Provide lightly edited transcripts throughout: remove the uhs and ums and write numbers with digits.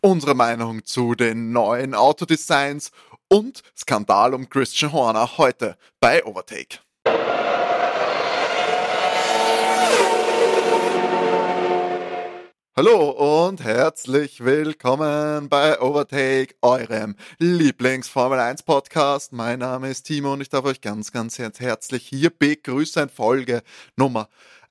unsere Meinung zu den neuen Autodesigns und Skandal um Christian Horner heute bei Overtake. Hallo und herzlich willkommen bei Overtake, eurem Lieblings-Formel 1 Podcast. Mein Name ist Timo und ich darf euch ganz herzlich hier begrüßen. Folge Nummer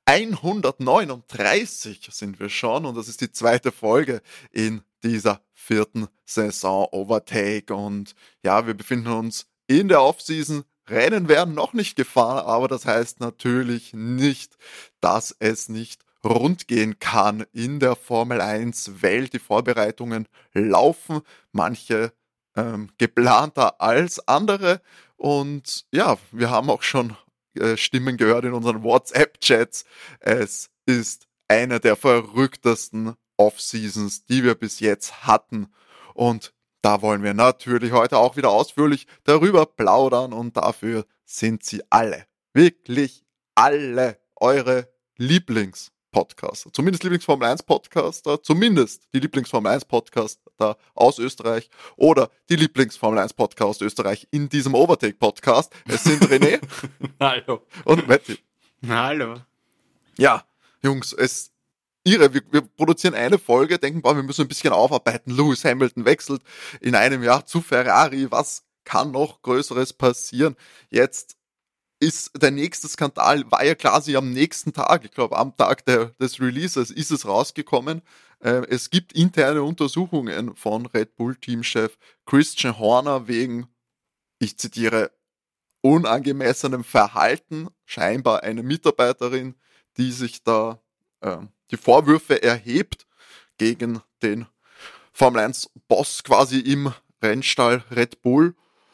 139 sind wir schon und das ist die zweite Folge in dieser vierten Saison Overtake. Und ja, wir befinden uns in der Offseason. Rennen werden noch nicht gefahren, aber das heißt natürlich nicht, dass es nicht rund gehen kann in der Formel 1 Welt. Die Vorbereitungen laufen, manche geplanter als andere. Und ja, wir haben auch schon Stimmen gehört in unseren WhatsApp-Chats. Es ist eine der verrücktesten Off-Seasons, die wir bis jetzt hatten. Und da wollen wir natürlich heute auch wieder ausführlich darüber plaudern. Und dafür sind sie alle, wirklich alle eure Lieblingspodcaster, zumindest Lieblingsformel 1 Podcaster, zumindest die Lieblingsformel 1 Podcaster aus Österreich oder die Lieblingsformel 1 Podcast aus Österreich in diesem Overtake Podcast. Es sind René Hallo. Und Matti. Hallo. Ja, Jungs, wir produzieren eine Folge, denken, wir müssen ein bisschen aufarbeiten. Lewis Hamilton wechselt in einem Jahr zu Ferrari. Was kann noch Größeres passieren? Jetzt ist der nächste Skandal, war ja quasi am nächsten Tag, ich glaube am Tag des Releases ist es rausgekommen. Es gibt interne Untersuchungen von Red Bull Teamchef Christian Horner wegen, ich zitiere, unangemessenem Verhalten, scheinbar eine Mitarbeiterin, die sich da die Vorwürfe erhebt gegen den Formel 1 Boss quasi im Rennstall Red Bull.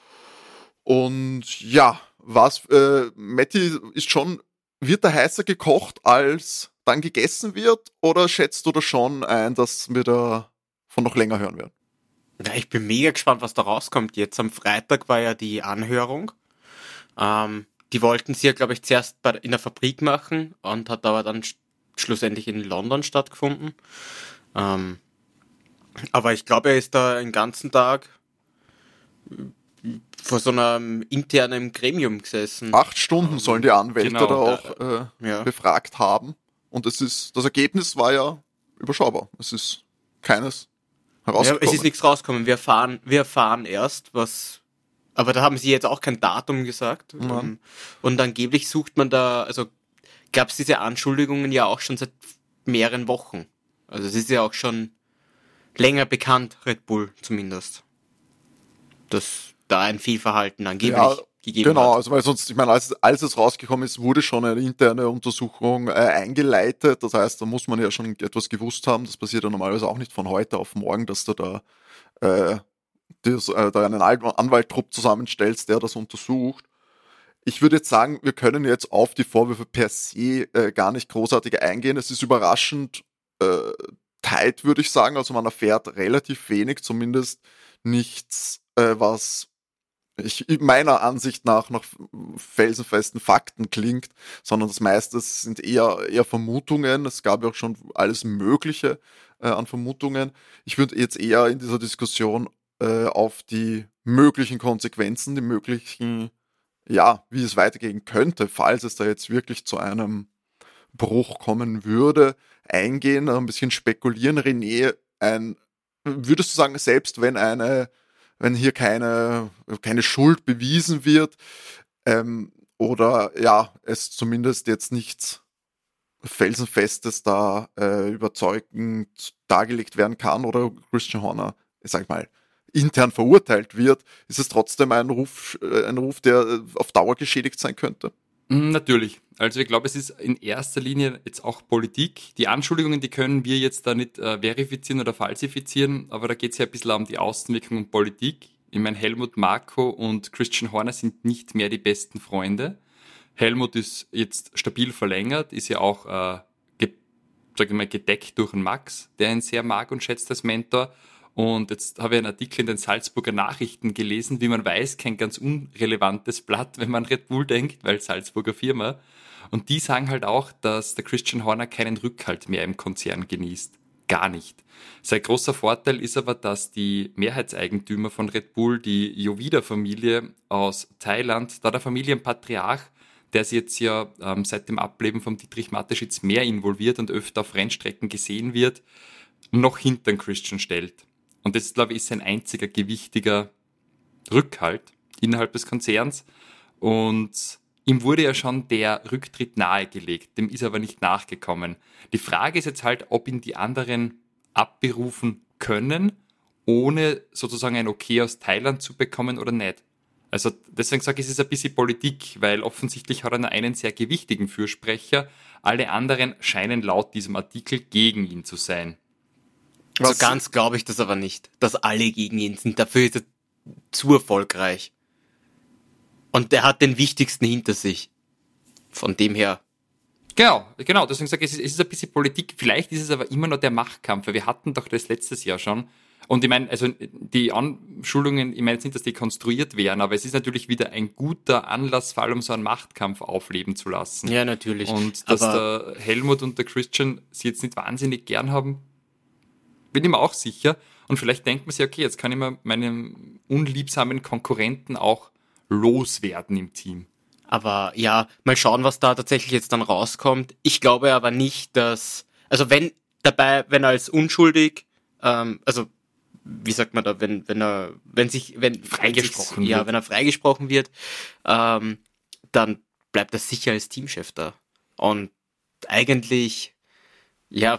Und ja, Matti wird da heißer gekocht, als dann gegessen wird, oder schätzt du da schon ein, dass wir da von noch länger hören werden? Ja, ich bin mega gespannt, was da rauskommt. Jetzt am Freitag war ja die Anhörung. Die wollten sie ja, glaube ich, zuerst in der Fabrik machen und hat aber dann schlussendlich in London stattgefunden. Aber ich glaube, er ist da den ganzen Tag vor so einem internen Gremium gesessen. 8 Stunden sollen die Anwälte genau, da auch befragt haben. Und das Ergebnis war ja überschaubar. Es ist keines herausgekommen. Ja, es ist nichts rausgekommen. Wir erfahren erst, was... Aber da haben sie jetzt auch kein Datum gesagt. Mhm. Und angeblich sucht man da... Also gab es diese Anschuldigungen ja auch schon seit mehreren Wochen. Also es ist ja auch schon länger bekannt, Red Bull zumindest, dass da ein Fehlverhalten angeblich gegeben genau, hat. also weil sonst, ich meine, als es rausgekommen ist, wurde schon eine interne Untersuchung eingeleitet. Das heißt, da muss man ja schon etwas gewusst haben. Das passiert ja normalerweise auch nicht von heute auf morgen, dass du da einen Anwalttrupp zusammenstellst, der das untersucht. Ich würde jetzt sagen, wir können jetzt auf die Vorwürfe per se gar nicht großartig eingehen. Es ist überraschend tight, würde ich sagen. Also man erfährt relativ wenig, zumindest nichts, was meiner Ansicht nach felsenfesten Fakten klingt, sondern das meiste sind eher Vermutungen. Es gab ja auch schon alles Mögliche an Vermutungen. Ich würde jetzt eher in dieser Diskussion auf die möglichen Konsequenzen, die möglichen, wie es weitergehen könnte, falls es da jetzt wirklich zu einem Bruch kommen würde, eingehen, ein bisschen spekulieren. René, würdest du sagen, selbst wenn hier keine Schuld bewiesen wird, oder es zumindest jetzt nichts Felsenfestes da überzeugend dargelegt werden kann oder Christian Horner, sag ich mal, intern verurteilt wird, ist es trotzdem ein Ruf, der auf Dauer geschädigt sein könnte? Natürlich. Also ich glaube, es ist in erster Linie jetzt auch Politik. Die Anschuldigungen, die können wir jetzt da nicht verifizieren oder falsifizieren, aber da geht es ja ein bisschen um die Außenwirkung und Politik. Ich meine, Helmut Marko und Christian Horner sind nicht mehr die besten Freunde. Helmut ist jetzt stabil verlängert, ist ja auch gedeckt durch einen Max, der ihn sehr mag und schätzt als Mentor. Und jetzt habe ich einen Artikel in den Salzburger Nachrichten gelesen, wie man weiß, kein ganz unrelevantes Blatt, wenn man Red Bull denkt, weil Salzburger Firma. Und die sagen halt auch, dass der Christian Horner keinen Rückhalt mehr im Konzern genießt. gar nicht. Sein großer Vorteil ist aber, dass die Mehrheitseigentümer von Red Bull, die Jovida-Familie aus Thailand, da der Familienpatriarch, der sich jetzt ja seit dem Ableben von Dietrich Mateschitz mehr involviert und öfter auf Rennstrecken gesehen wird, noch hinter den Christian stellt. Und das, glaube ich, ist sein einziger gewichtiger Rückhalt innerhalb des Konzerns. Und ihm wurde ja schon der Rücktritt nahegelegt, dem ist er aber nicht nachgekommen. Die Frage ist jetzt halt, ob ihn die anderen abberufen können, ohne sozusagen ein Okay aus Thailand zu bekommen oder nicht. Also deswegen sage ich, es ist ein bisschen Politik, weil offensichtlich hat er nur einen sehr gewichtigen Fürsprecher. Alle anderen scheinen laut diesem Artikel gegen ihn zu sein. So ganz glaube ich das aber nicht, dass alle gegen ihn sind. Dafür ist er zu erfolgreich. Und der hat den wichtigsten hinter sich. Von dem her. Genau. Deswegen sage ich, es ist ein bisschen Politik. Vielleicht ist es aber immer noch der Machtkampf, weil wir hatten doch das letztes Jahr schon. Und ich meine, also die Anschuldigungen, ich meine jetzt nicht, dass die konstruiert wären, aber es ist natürlich wieder ein guter Anlassfall, um so einen Machtkampf aufleben zu lassen. Ja, natürlich. Und dass der Helmut und der Christian sie jetzt nicht wahnsinnig gern haben, bin ich mir auch sicher. Und vielleicht denkt man sich, okay, jetzt kann ich mal meinen unliebsamen Konkurrenten auch loswerden im Team. Aber ja, mal schauen, was da tatsächlich jetzt dann rauskommt. Ich glaube aber nicht, dass, also wenn er als unschuldig, also wie sagt man da, wenn er freigesprochen wird, dann bleibt er sicher als Teamchef da. Und eigentlich, ja,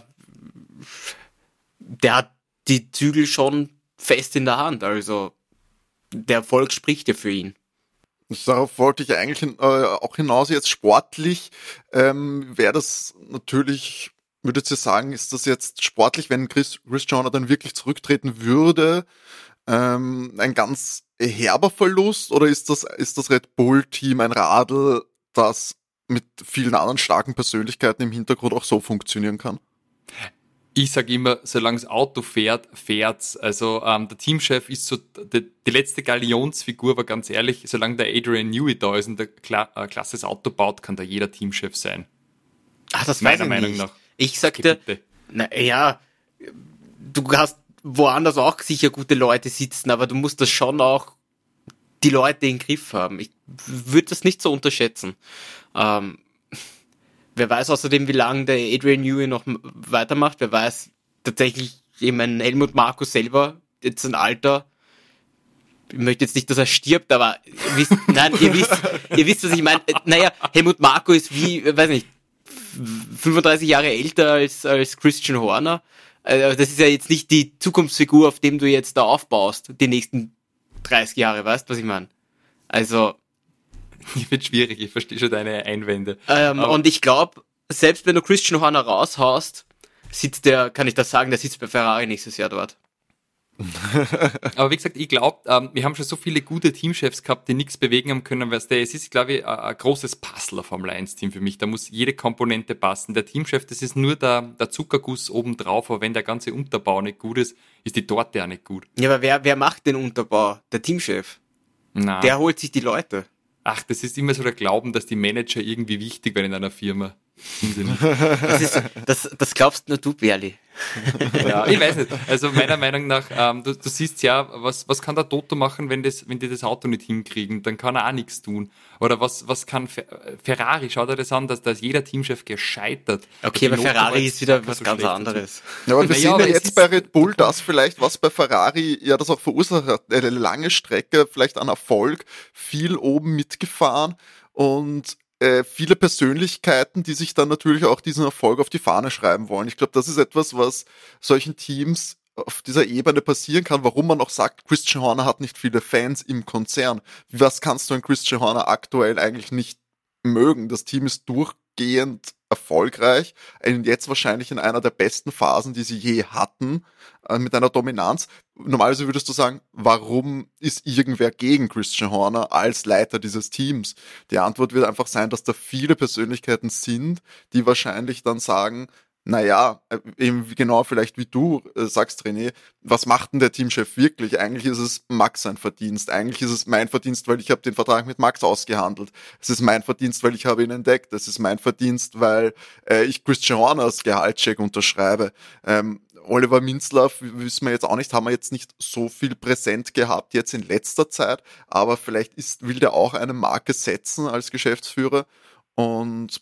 der hat die Zügel schon fest in der Hand, also der Erfolg spricht ja für ihn. Darauf wollte ich eigentlich auch hinaus. Jetzt sportlich wäre das natürlich, würdet ihr sagen, ist das jetzt sportlich, wenn Christian Horner dann wirklich zurücktreten würde, ein ganz herber Verlust, oder ist das Red Bull-Team ein Radl, das mit vielen anderen starken Persönlichkeiten im Hintergrund auch so funktionieren kann? Ich sage immer, solange das Auto fährt, fährt's. Also der Teamchef ist so die letzte Galionsfigur, aber ganz ehrlich, solange der Adrian Newey da ist und der klasse das Auto baut, kann da jeder Teamchef sein. Ach, das meiner weiß ich Meinung nicht. nach. Ich sagte, naja, du hast woanders auch sicher gute Leute sitzen, aber du musst das schon auch die Leute im Griff haben. Ich würde das nicht so unterschätzen. Wer weiß außerdem, wie lange der Adrian Newey noch weitermacht. Wer weiß tatsächlich, ich meine, Helmut Marko selber, jetzt ein Alter, ich möchte jetzt nicht, dass er stirbt, aber ihr wisst, was ich meine. Naja, Helmut Marko ist wie, weiß nicht, 35 Jahre älter als Christian Horner. Das ist ja jetzt nicht die Zukunftsfigur, auf dem du jetzt da aufbaust, die nächsten 30 Jahre, weißt du, was ich meine? Also, Wird schwierig, ich verstehe schon deine Einwände. Und ich glaube, selbst wenn du Christian Horner raushaust, kann ich das sagen, der sitzt bei Ferrari nächstes Jahr dort. Aber wie gesagt, ich glaube, wir haben schon so viele gute Teamchefs gehabt, die nichts bewegen haben können, weil es ist, glaube ich, ein großes Puzzler Formel 1-Team für mich. Da muss jede Komponente passen. Der Teamchef, das ist nur der Zuckerguss obendrauf, aber wenn der ganze Unterbau nicht gut ist, ist die Torte auch nicht gut. Ja, aber wer macht den Unterbau? Der Teamchef. Nein. Der holt sich die Leute. Ach, das ist immer so der Glauben, dass die Manager irgendwie wichtig werden in einer Firma. Das glaubst nur du, Berli. Ja, ich weiß nicht. Also meiner Meinung nach, du siehst ja, was kann der Toto machen, wenn die das Auto nicht hinkriegen? Dann kann er auch nichts tun. Oder was kann Ferrari? Schaut er das an, dass jeder Teamchef gescheitert. Okay, aber Ferrari ist wieder was ganz anderes. Ja, aber wir sehen ja jetzt bei Red Bull das vielleicht, was bei Ferrari ja das auch verursacht hat. Eine lange Strecke, vielleicht an Erfolg, viel oben mitgefahren und viele Persönlichkeiten, die sich dann natürlich auch diesen Erfolg auf die Fahne schreiben wollen. Ich glaube, das ist etwas, was solchen Teams auf dieser Ebene passieren kann, warum man auch sagt, Christian Horner hat nicht viele Fans im Konzern. Was kannst du an Christian Horner aktuell eigentlich nicht mögen? Das Team ist durchgehend erfolgreich, jetzt wahrscheinlich in einer der besten Phasen, die sie je hatten, mit einer Dominanz. Normalerweise würdest du sagen, warum ist irgendwer gegen Christian Horner als Leiter dieses Teams? Die Antwort wird einfach sein, dass da viele Persönlichkeiten sind, die wahrscheinlich dann sagen, naja, eben genau vielleicht wie du sagst, René, was macht denn der Teamchef wirklich? Eigentlich ist es Max sein Verdienst. Eigentlich ist es mein Verdienst, weil ich habe den Vertrag mit Max ausgehandelt. Es ist mein Verdienst, weil ich habe ihn entdeckt. Es ist mein Verdienst, weil ich Christian Horners Gehaltscheck unterschreibe. Oliver Minzlaff, wissen wir jetzt auch nicht, haben wir jetzt nicht so viel präsent gehabt jetzt in letzter Zeit, aber vielleicht will der auch eine Marke setzen als Geschäftsführer und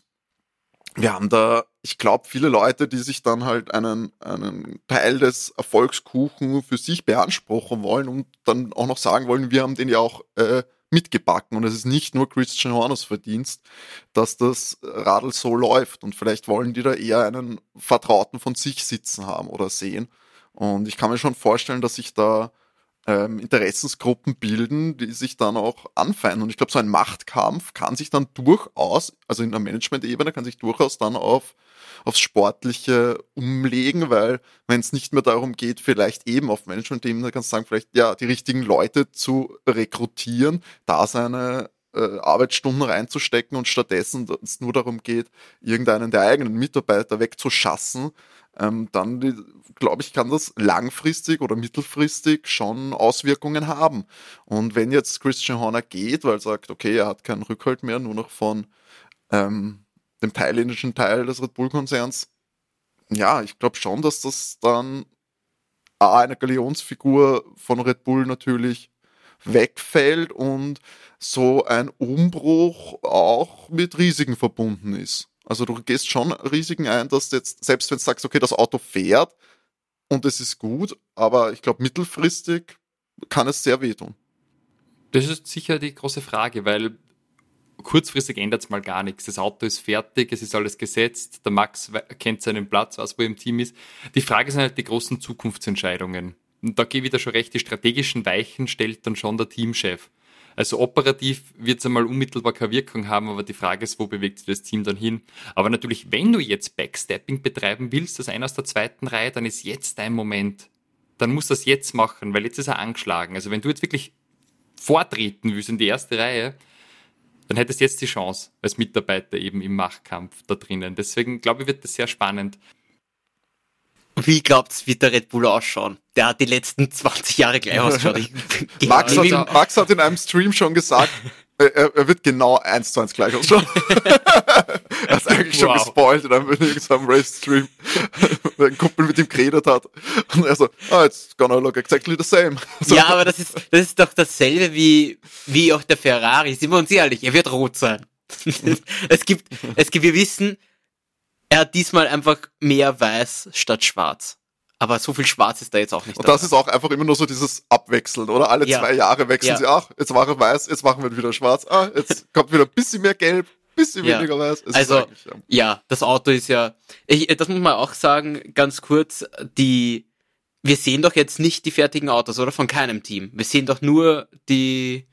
wir haben da, ich glaube, viele Leute, die sich dann halt einen Teil des Erfolgskuchen für sich beanspruchen wollen und dann auch noch sagen wollen, wir haben den ja auch mitgebacken und es ist nicht nur Christian Horners Verdienst, dass das Radl so läuft und vielleicht wollen die da eher einen Vertrauten von sich sitzen haben oder sehen und ich kann mir schon vorstellen, dass sich da Interessensgruppen bilden, die sich dann auch anfeinden. Und ich glaube, so ein Machtkampf kann sich dann durchaus, also in der Management-Ebene, kann sich durchaus dann aufs Sportliche umlegen, weil wenn es nicht mehr darum geht, vielleicht eben auf Management-Ebene, kannst du sagen, vielleicht ja die richtigen Leute zu rekrutieren, da seine Arbeitsstunden reinzustecken und stattdessen es nur darum geht, irgendeinen der eigenen Mitarbeiter wegzuschassen, dann, glaube ich, kann das langfristig oder mittelfristig schon Auswirkungen haben. Und wenn jetzt Christian Horner geht, weil er sagt, okay, er hat keinen Rückhalt mehr, nur noch von dem thailändischen Teil des Red Bull-Konzerns, ja, ich glaube schon, dass das dann eine Galionsfigur von Red Bull natürlich wegfällt und so ein Umbruch auch mit Risiken verbunden ist. Also du gehst schon Risiken ein, dass jetzt, selbst wenn du sagst, okay, das Auto fährt und es ist gut, aber ich glaube, mittelfristig kann es sehr wehtun. Das ist sicher die große Frage, weil kurzfristig ändert es mal gar nichts. Das Auto ist fertig, es ist alles gesetzt, der Max kennt seinen Platz, was wo er im Team ist. Die Frage sind halt die großen Zukunftsentscheidungen. Und da gebe ich da schon recht, die strategischen Weichen stellt dann schon der Teamchef. Also operativ wird es einmal unmittelbar keine Wirkung haben, aber die Frage ist, wo bewegt sich das Team dann hin? Aber natürlich, wenn du jetzt Backstepping betreiben willst, als einer aus der zweiten Reihe, dann ist jetzt dein Moment. Dann musst du das jetzt machen, weil jetzt ist er angeschlagen. Also wenn du jetzt wirklich vortreten willst in die erste Reihe, dann hättest du jetzt die Chance als Mitarbeiter eben im Machtkampf da drinnen. Deswegen glaube ich, wird das sehr spannend. Wie glaubt's, wird der Red Bull ausschauen? Der hat die letzten 20 Jahre gleich ausgeschaut. Max hat in einem Stream schon gesagt, er wird genau 1:1 gleich ausschauen. Er hat eigentlich schon gespoilt in einem Race-Stream, der ein Kumpel mit ihm geredet hat. Und er so, it's gonna look exactly the same. So. Ja, aber das ist doch dasselbe wie auch der Ferrari. Sind wir uns ehrlich, er wird rot sein. es gibt, wir wissen, er hat diesmal einfach mehr weiß statt schwarz. Aber so viel schwarz ist da jetzt auch nicht. Und das ist auch einfach immer nur so dieses Abwechseln, oder? Alle 2 Jahre wechseln sie, jetzt war er weiß, jetzt machen wir wieder schwarz. Jetzt kommt wieder ein bisschen mehr gelb, ein bisschen weniger weiß. Also, das Auto ist das muss man auch sagen, ganz kurz, wir sehen doch jetzt nicht die fertigen Autos, oder? Von keinem Team. Wir sehen doch nur wie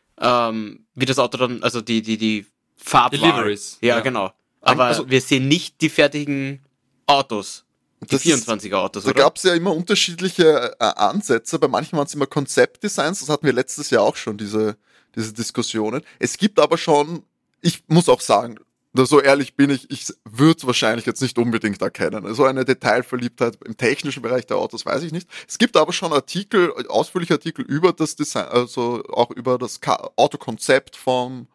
das Auto dann, also die Farbwahl. Deliveries. Ja, genau. Aber wir sehen nicht die fertigen Autos. Die 24er Autos, da oder? Da gab es ja immer unterschiedliche Ansätze. Bei manchen waren es immer Konzeptdesigns. Das hatten wir letztes Jahr auch schon, diese Diskussionen. Es gibt aber schon, ich muss auch sagen, so ehrlich bin ich würde es wahrscheinlich jetzt nicht unbedingt erkennen. So eine Detailverliebtheit im technischen Bereich der Autos weiß ich nicht. Es gibt aber schon ausführliche Artikel über das Design, also auch über das Autokonzept vom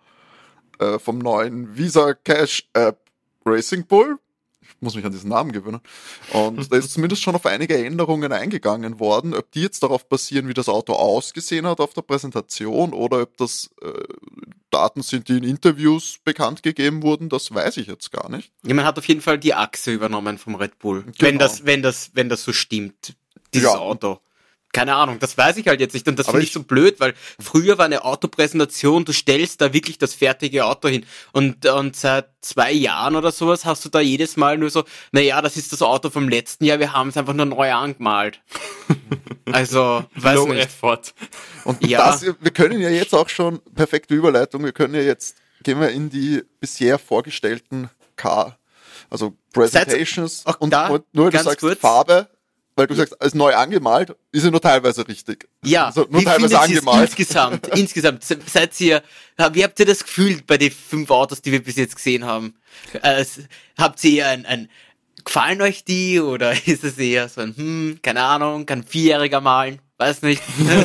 neuen Visa Cash App Racing Bull. Ich muss mich an diesen Namen gewöhnen. Und da ist zumindest schon auf einige Änderungen eingegangen worden. Ob die jetzt darauf basieren, wie das Auto ausgesehen hat auf der Präsentation oder ob das Daten sind, die in Interviews bekannt gegeben wurden, das weiß ich jetzt gar nicht. Ja, man hat auf jeden Fall die Achse übernommen vom Red Bull. Genau. Wenn das so stimmt, dieses Auto. Keine Ahnung, das weiß ich halt jetzt nicht und das finde ich so blöd, weil früher war eine Autopräsentation, du stellst da wirklich das fertige Auto hin und seit 2 Jahren oder sowas hast du da jedes Mal nur so, naja, das ist das Auto vom letzten Jahr, wir haben es einfach nur neu angemalt. Also, weiß Low nicht. Effort. Und wir können ja jetzt auch schon, perfekte Überleitung, gehen wir in die bisher vorgestellten also Presentations und nur du sagst kurz, Farbe, weil du sagst, als neu angemalt, ist ja nur teilweise richtig. Ja, also nur wie teilweise angemalt. Insgesamt, wie habt ihr das gefühlt bei den 5 Autos, die wir bis jetzt gesehen haben? Habt ihr gefallen euch die oder ist es eher so keine Ahnung, kann ein 4-Jähriger malen? Weiß nicht.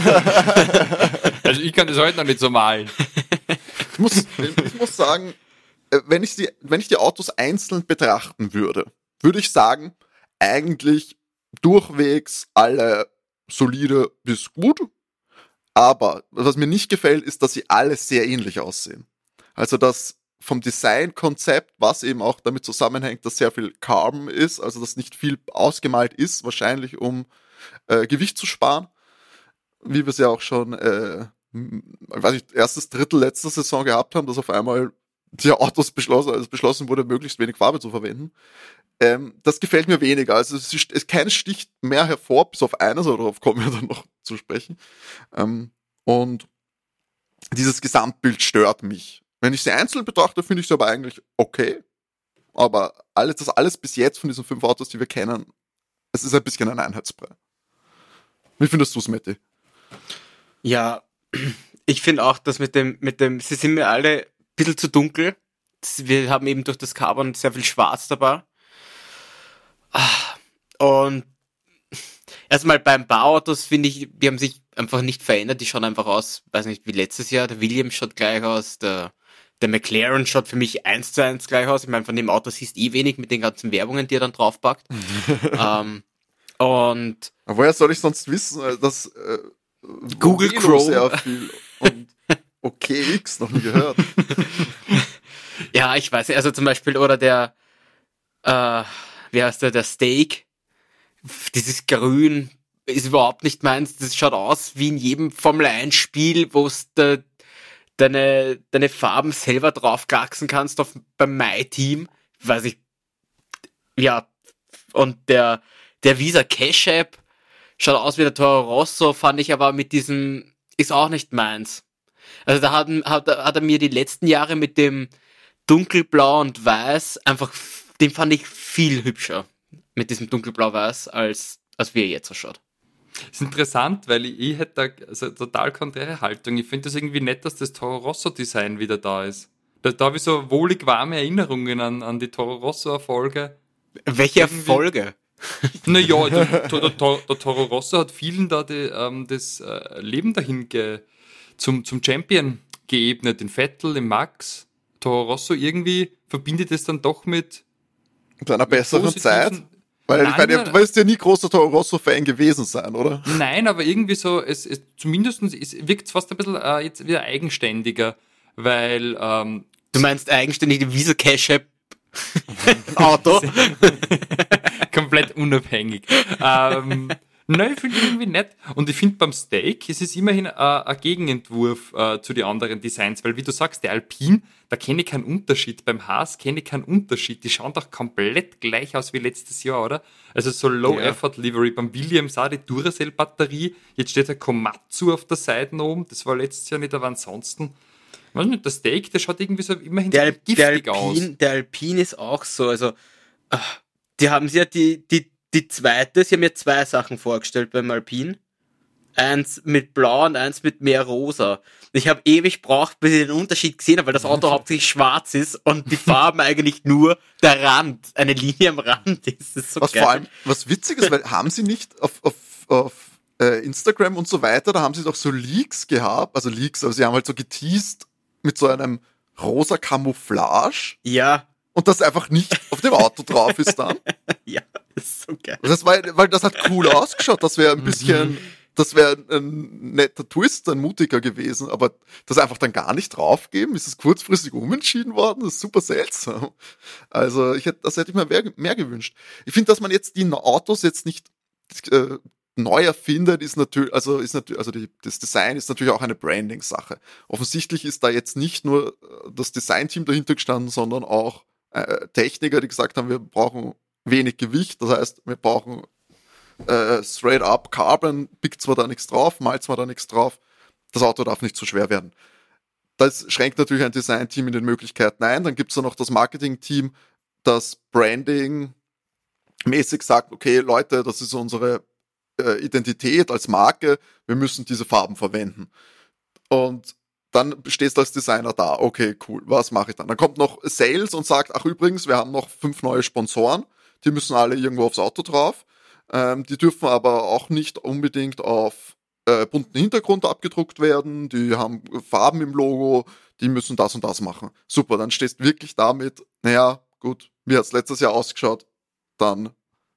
Also ich kann das heute noch nicht so malen. Ich muss sagen, wenn ich die Autos einzeln betrachten würde ich sagen, eigentlich durchwegs alle solide bis gut. Aber was mir nicht gefällt, ist, dass sie alle sehr ähnlich aussehen. Also das vom Designkonzept, was eben auch damit zusammenhängt, dass sehr viel Carbon ist, also dass nicht viel ausgemalt ist, wahrscheinlich um Gewicht zu sparen, wie wir es ja auch schon, weiß ich, erstes Drittel letzter Saison gehabt haben, dass auf einmal die Autos beschlossen wurde, möglichst wenig Farbe zu verwenden. Das gefällt mir weniger. Also keines sticht mehr hervor, bis auf eines, aber darauf kommen wir dann noch zu sprechen. Und dieses Gesamtbild stört mich. Wenn ich sie einzeln betrachte, finde ich sie aber eigentlich okay. Aber alles bis jetzt von diesen 5 Autos, die wir kennen, es ist ein bisschen ein Einheitsbrei. Wie findest du es, Matti? Ja, ich finde auch, dass mit dem, sie sind mir alle ein bisschen zu dunkel. Wir haben eben durch das Carbon sehr viel Schwarz dabei. Und erstmal beim Bauautos finde ich, die haben sich einfach nicht verändert. Die schauen einfach aus, weiß nicht, wie letztes Jahr. Der Williams schaut gleich aus, der McLaren schaut für mich 1:1 gleich aus. Ich meine, von dem Auto siehst wenig mit den ganzen Werbungen, die er dann draufpackt. Und woher soll ich sonst wissen, dass Google Chrome sehr viel und OKX noch nie gehört. Ja, ich weiß nicht, also zum Beispiel, oder der wie heißt der Steak, dieses Grün ist überhaupt nicht meins, das schaut aus wie in jedem Formel-1-Spiel, wo du deine Farben selber draufgaxen kannst beim My-Team, weiß ich, ja, und der Visa Cash App schaut aus wie der Toro Rosso, fand ich aber mit diesem, ist auch nicht meins. Also da hat er mir die letzten Jahre mit dem dunkelblau und weiß einfach, den fand ich viel hübscher mit diesem dunkelblau-weiß, als wie er jetzt ausschaut. Das ist interessant, weil ich hätte da also total konträre Haltung. Ich finde das irgendwie nett, dass das Toro Rosso-Design wieder da ist. Da habe ich so wohlig warme Erinnerungen an die Toro Rosso-Erfolge. Welche Erfolge? Naja, der Toro Rosso hat vielen da das Leben dahin zum Champion geebnet. Den Vettel, den Max. Toro Rosso irgendwie verbindet es dann doch mit einer besseren Zeit. Weil ich meine, du wirst ja nie großer Toro Rosso-Fan gewesen sein, oder? Nein, aber irgendwie so, es wirkt fast ein bisschen jetzt wieder eigenständiger, weil du meinst eigenständig die Visa Cash App Auto? Komplett unabhängig. Nein, ich finde irgendwie nett. Und ich finde beim Steak, es ist immerhin ein Gegenentwurf zu den anderen Designs, weil wie du sagst, der Alpine, da kenne ich keinen Unterschied. Beim Haas kenne ich keinen Unterschied. Die schauen doch komplett gleich aus wie letztes Jahr, oder? Also so Low-Effort-Livery. Beim Williams auch die Duracell-Batterie. Jetzt steht der Komatsu auf der Seite oben. Das war letztes Jahr nicht, aber ansonsten. Was mit der Steak, der schaut irgendwie so immerhin so giftig aus. Der Alpine ist auch so, also die haben sie ja die zweite, sie haben ja 2 Sachen vorgestellt beim Alpine. Eins mit blau und eins mit mehr rosa. Ich habe ewig gebraucht, bis ich den Unterschied gesehen habe, weil das Auto hauptsächlich schwarz ist und die Farben eigentlich nur der Rand, eine Linie am Rand ist. Das ist so was geil. Vor allem, was witzig ist, weil haben sie nicht auf Instagram und so weiter, da haben sie doch so Leaks gehabt, also sie haben halt so geteased mit so einem rosa Camouflage. Ja. Und das einfach nicht auf dem Auto drauf ist dann. Ja, das ist so geil. Weil das hat cool ausgeschaut, das wäre ein bisschen, das wäre ein netter Twist, ein mutiger gewesen, aber das einfach dann gar nicht draufgeben, ist es kurzfristig umentschieden worden, das ist super seltsam. Also das hätte ich mir mehr gewünscht. Ich finde, dass man jetzt die Autos jetzt nicht neu erfindet, das Design ist natürlich auch eine Branding-Sache. Offensichtlich ist da jetzt nicht nur das Design-Team dahinter gestanden, sondern auch Techniker, die gesagt haben, wir brauchen wenig Gewicht, das heißt, wir brauchen straight up Carbon, pickt zwar da nichts drauf, malt zwar da nichts drauf, das Auto darf nicht zu schwer werden. Das schränkt natürlich ein Design-Team in den Möglichkeiten ein, dann gibt es da noch das Marketing-Team, das Branding-mäßig sagt, okay, Leute, das ist unsere Identität als Marke, wir müssen diese Farben verwenden. Und dann stehst du als Designer da, okay, cool, was mache ich dann? Dann kommt noch Sales und sagt, ach übrigens, wir haben noch 5 neue Sponsoren, die müssen alle irgendwo aufs Auto drauf, die dürfen aber auch nicht unbedingt auf bunten Hintergrund abgedruckt werden, die haben Farben im Logo, die müssen das und das machen. Super, dann stehst du wirklich damit, naja, gut, wie hat es letztes Jahr ausgeschaut, dann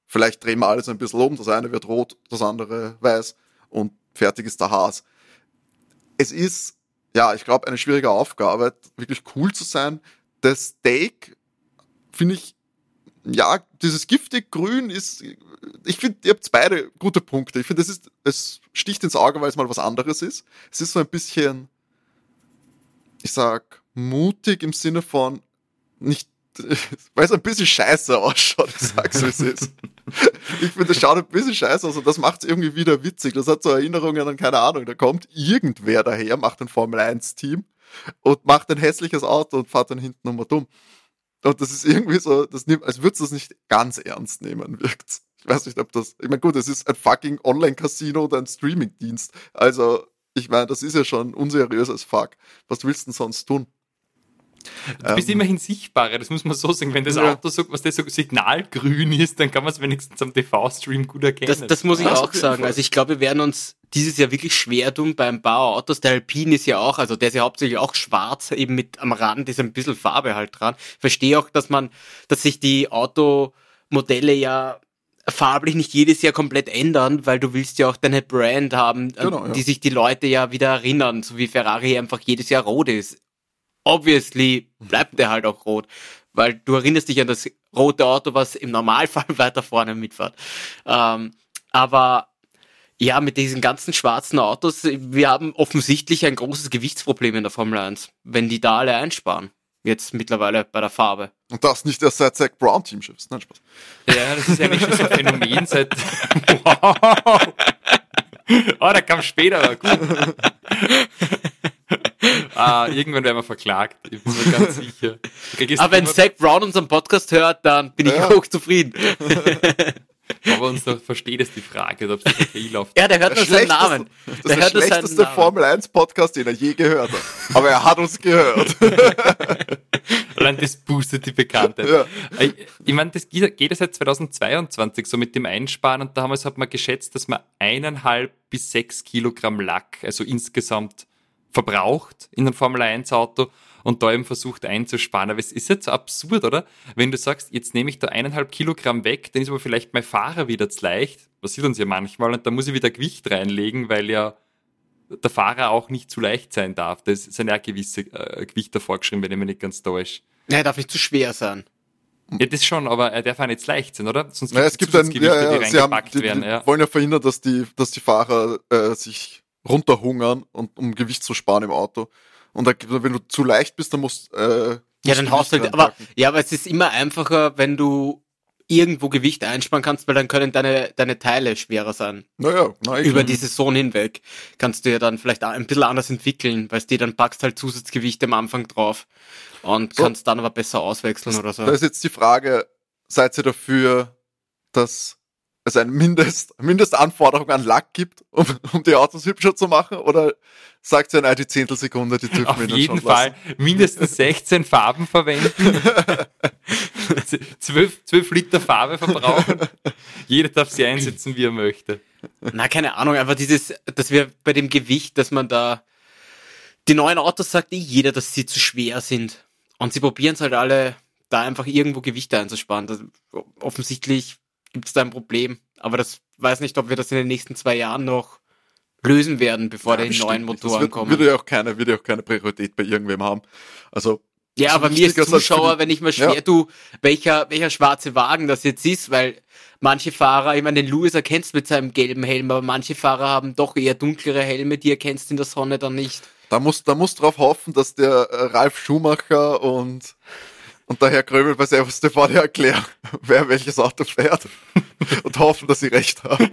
Vielleicht drehen wir alles ein bisschen um, das eine wird rot, das andere weiß und fertig ist der Haas. Es ist, ja, ich glaube, eine schwierige Aufgabe, wirklich cool zu sein. Das Steak, finde ich, ja, dieses giftig Grün ist, ich finde, ihr habt beide gute Punkte. Ich finde, es sticht ins Auge, weil es mal was anderes ist. Es ist so ein bisschen, ich sag, mutig im Sinne von nicht, weil es ein bisschen scheiße ausschaut, ich sag's, wie es ist. Ich finde, es schaut ein bisschen scheiße aus und das macht es irgendwie wieder witzig. Das hat so Erinnerungen an, keine Ahnung, da kommt irgendwer daher, macht ein Formel-1-Team und macht ein hässliches Auto und fährt dann hinten nochmal dumm. Und das ist irgendwie so, als würdest du das nicht ganz ernst nehmen, wirkt's. Ich weiß nicht, ob das, ich meine, gut, es ist ein fucking Online-Casino oder ein Streaming-Dienst. Also, ich meine, das ist ja schon unseriös als fuck. Was willst du denn sonst tun? Du bist immerhin sichtbarer, das muss man so sagen. Wenn das Auto so, was das so signalgrün ist, dann kann man es wenigstens am TV-Stream gut erkennen. Das muss ich auch sagen. Also ich glaube, wir werden uns dieses Jahr wirklich schwer tun beim Bau Autos. Der Alpine ist ja auch, also der ist ja hauptsächlich auch schwarz, eben mit am Rand ist ein bisschen Farbe halt dran. Ich verstehe auch, dass sich die Automodelle ja farblich nicht jedes Jahr komplett ändern, weil du willst ja auch deine Brand haben, Genau, ja. die sich die Leute ja wieder erinnern, so wie Ferrari einfach jedes Jahr rot ist. Obviously bleibt der halt auch rot, weil du erinnerst dich an das rote Auto, was im Normalfall weiter vorne mitfährt. Aber ja, mit diesen ganzen schwarzen Autos, wir haben offensichtlich ein großes Gewichtsproblem in der Formel 1, wenn die da alle einsparen. Jetzt mittlerweile bei der Farbe. Und das nicht erst seit Zach Brown Teamschiffs. Nein, Spaß. Ja, das ist eigentlich schon so ein Phänomen seit... Wow! Oh, der kam später, aber gut. Irgendwann werden wir verklagt. Ich bin mir ganz sicher. Aber wenn Zach Brown unseren Podcast hört, dann bin ich hochzufrieden. Aber uns noch versteht es die Frage, ob es okay läuft. Ja, der hört nur seinen Namen. Das ist der schlechteste Formel 1 Podcast, den er je gehört hat. Aber er hat uns gehört. Allein das boostet die Bekanntheit. Ja. Ich meine, das geht ja seit 2022 so mit dem Einsparen und damals hat man geschätzt, dass man 1,5 bis 6 Kilogramm Lack, also insgesamt verbraucht in einem Formel 1 Auto und da eben versucht einzusparen. Aber es ist jetzt so absurd, oder? Wenn du sagst, jetzt nehme ich da 1,5 Kilogramm weg, dann ist aber vielleicht mein Fahrer wieder zu leicht. Passiert uns ja manchmal und da muss ich wieder Gewicht reinlegen, weil ja der Fahrer auch nicht zu leicht sein darf. Da sind ja gewisse Gewichte vorgeschrieben, wenn ich mich nicht ganz täusche. Er darf nicht zu schwer sein. Ja, das schon, aber er darf auch nicht zu leicht sein, oder? Sonst es gibt Zusatzgewichte, die reingepackt werden. Die wollen ja verhindern, dass die Fahrer sich runterhungern, um Gewicht zu sparen im Auto. Und wenn du zu leicht bist, dann musst ja, dann haust du halt, aber es ist immer einfacher, wenn du irgendwo Gewicht einsparen kannst, weil dann können deine Teile schwerer sein. Über die Saison hinweg kannst du ja dann vielleicht ein bisschen anders entwickeln, weil dann packst halt Zusatzgewicht am Anfang drauf und kannst dann aber besser auswechseln oder so. Da ist jetzt die Frage, seid ihr dafür, dass es eine Mindestanforderung an Lack gibt, um die Autos hübscher zu machen? Oder sagt ihr, nein, die Zehntelsekunde, die dürfen wir auf jeden Fall mindestens 16 Farben verwenden. 12 Liter Farbe verbrauchen. Jeder darf sie einsetzen, wie er möchte. Na, keine Ahnung, einfach dass wir bei dem Gewicht, dass man da, die neuen Autos sagt jeder, dass sie zu schwer sind. Und sie probieren es halt alle, da einfach irgendwo Gewichte einzusparen. Offensichtlich gibt es da ein Problem. Aber das weiß nicht, ob wir das in den nächsten 2 Jahren noch lösen werden, bevor die neuen Motoren kommen. Würde ja auch keine Priorität bei irgendwem haben. Also ja, aber mir als Zuschauer, wenn ich mir schwer tue, welcher schwarze Wagen das jetzt ist, weil manche Fahrer, ich meine, den Lewis erkennst mit seinem gelben Helm, aber manche Fahrer haben doch eher dunklere Helme, die erkennst in der Sonne dann nicht. Da muss drauf hoffen, dass der Ralf Schumacher und der Herr Gröbel bei Servus TV dir erklären, wer welches Auto fährt und hoffen, dass sie recht haben.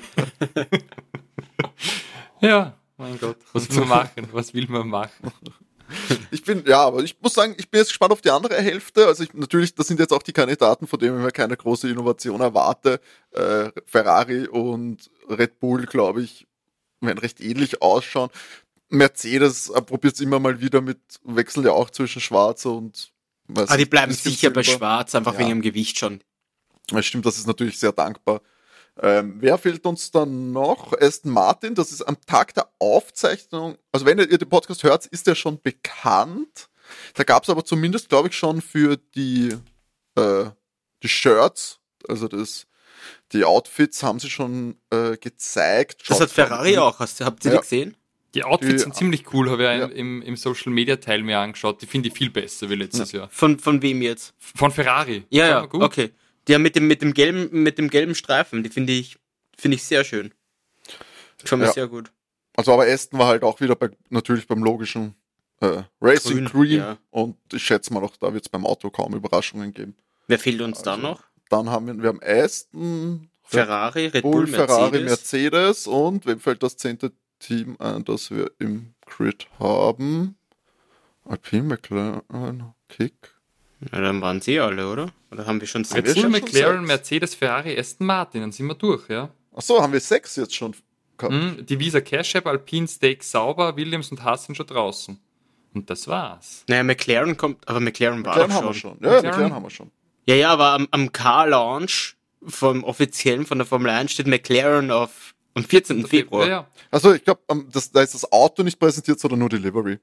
Ja, mein Gott, was will man machen? Was will man machen? Aber ich muss sagen, ich bin jetzt gespannt auf die andere Hälfte. Also natürlich, das sind jetzt auch die Kandidaten, von denen ich mir keine große Innovation erwarte. Ferrari und Red Bull, glaube ich, werden recht ähnlich ausschauen. Mercedes probiert es immer mal wieder wechseln ja auch zwischen Schwarz und die bleiben sicher bei Schwarz, einfach wegen dem Gewicht schon. Das stimmt, das ist natürlich sehr dankbar. Wer fehlt uns dann noch? Aston Martin, das ist am Tag der Aufzeichnung, also wenn ihr den Podcast hört, ist der schon bekannt. Da gab es aber zumindest, glaube ich, schon für die Shirts, also Die Outfits haben sie schon gezeigt. Das hat Ferrari auch. Habt ihr die gesehen? Die Outfits sind ziemlich cool, habe ich im Social Media Teil mir angeschaut. Die finde ich viel besser wie letztes Jahr. Von wem jetzt? Von Ferrari. Ja, gut. Okay. Die haben mit dem gelben Streifen, die finde ich sehr schön. Gefällt mir sehr gut. Also aber Aston war halt auch wieder natürlich beim logischen Racing Green und ich schätze mal auch, da wird es beim Auto kaum Überraschungen geben. Wer fehlt uns da noch? Dann haben wir Aston, Ferrari, Red Bull, Ferrari, Mercedes und wem fällt das 10. Team ein, das wir im Grid haben? Alpine, McLaren, Kick. Na, dann waren sie alle, oder? Oder haben wir schon Red Bull, McLaren, Mercedes, Ferrari, Aston Martin, dann sind wir durch, ja. Achso, haben wir 6 jetzt schon gehabt. Die Visa Cash App, Alpine, Stake, Sauber, Williams und Haas sind schon draußen. Und das war's. Naja, McLaren kommt, aber McLaren war McLaren haben wir schon. Ja, McLaren haben wir schon. Ja, aber am Car-Launch vom offiziellen von der Formel 1 steht McLaren am 14. Februar. Ja. Also ich glaube, da ist das Auto nicht präsentiert, sondern nur die Livery.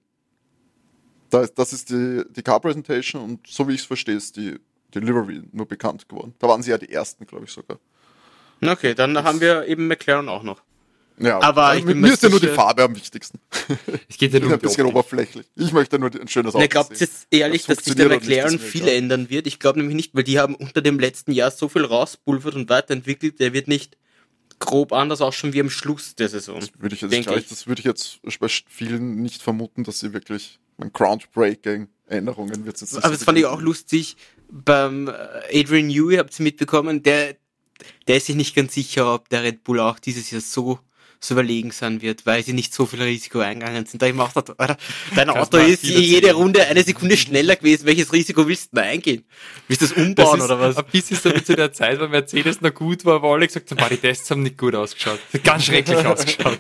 Das ist die Car-Presentation und so wie ich es verstehe, ist die Livery nur bekannt geworden. Da waren sie ja die ersten, glaube ich sogar. Okay, dann haben wir eben McLaren auch noch. Ja, aber also mir ist ja nur die Farbe am wichtigsten. Es geht ja nur ein bisschen oberflächlich. Ich möchte nur ein schönes Auto. Glaubt ihr ehrlich, dass sich der McLaren viel ändern wird? Ich glaube nämlich nicht, weil die haben unter dem letzten Jahr so viel rauspulvert und weiterentwickelt, der wird nicht grob anders ausschauen wie am Schluss der Saison. Das würde ich jetzt bei vielen nicht vermuten, dass sie wirklich groundbreaking Änderungen wird es jetzt nicht. Aber das fand ich auch lustig. Beim Adrian Newey, habt ihr mitbekommen, der ist sich nicht ganz sicher, ob der Red Bull auch dieses Jahr so überlegen sein wird, weil sie nicht so viel Risiko eingegangen sind. Da ich mir auch gedacht, Alter, dein Auto ist jede Runde eine Sekunde schneller gewesen. Welches Risiko willst du denn eingehen? Willst du das umbauen oder was? Ein bisschen so wie zu der Zeit, wo Mercedes noch gut war, wo alle gesagt haben, die Tests haben nicht gut ausgeschaut. Ganz schrecklich ausgeschaut.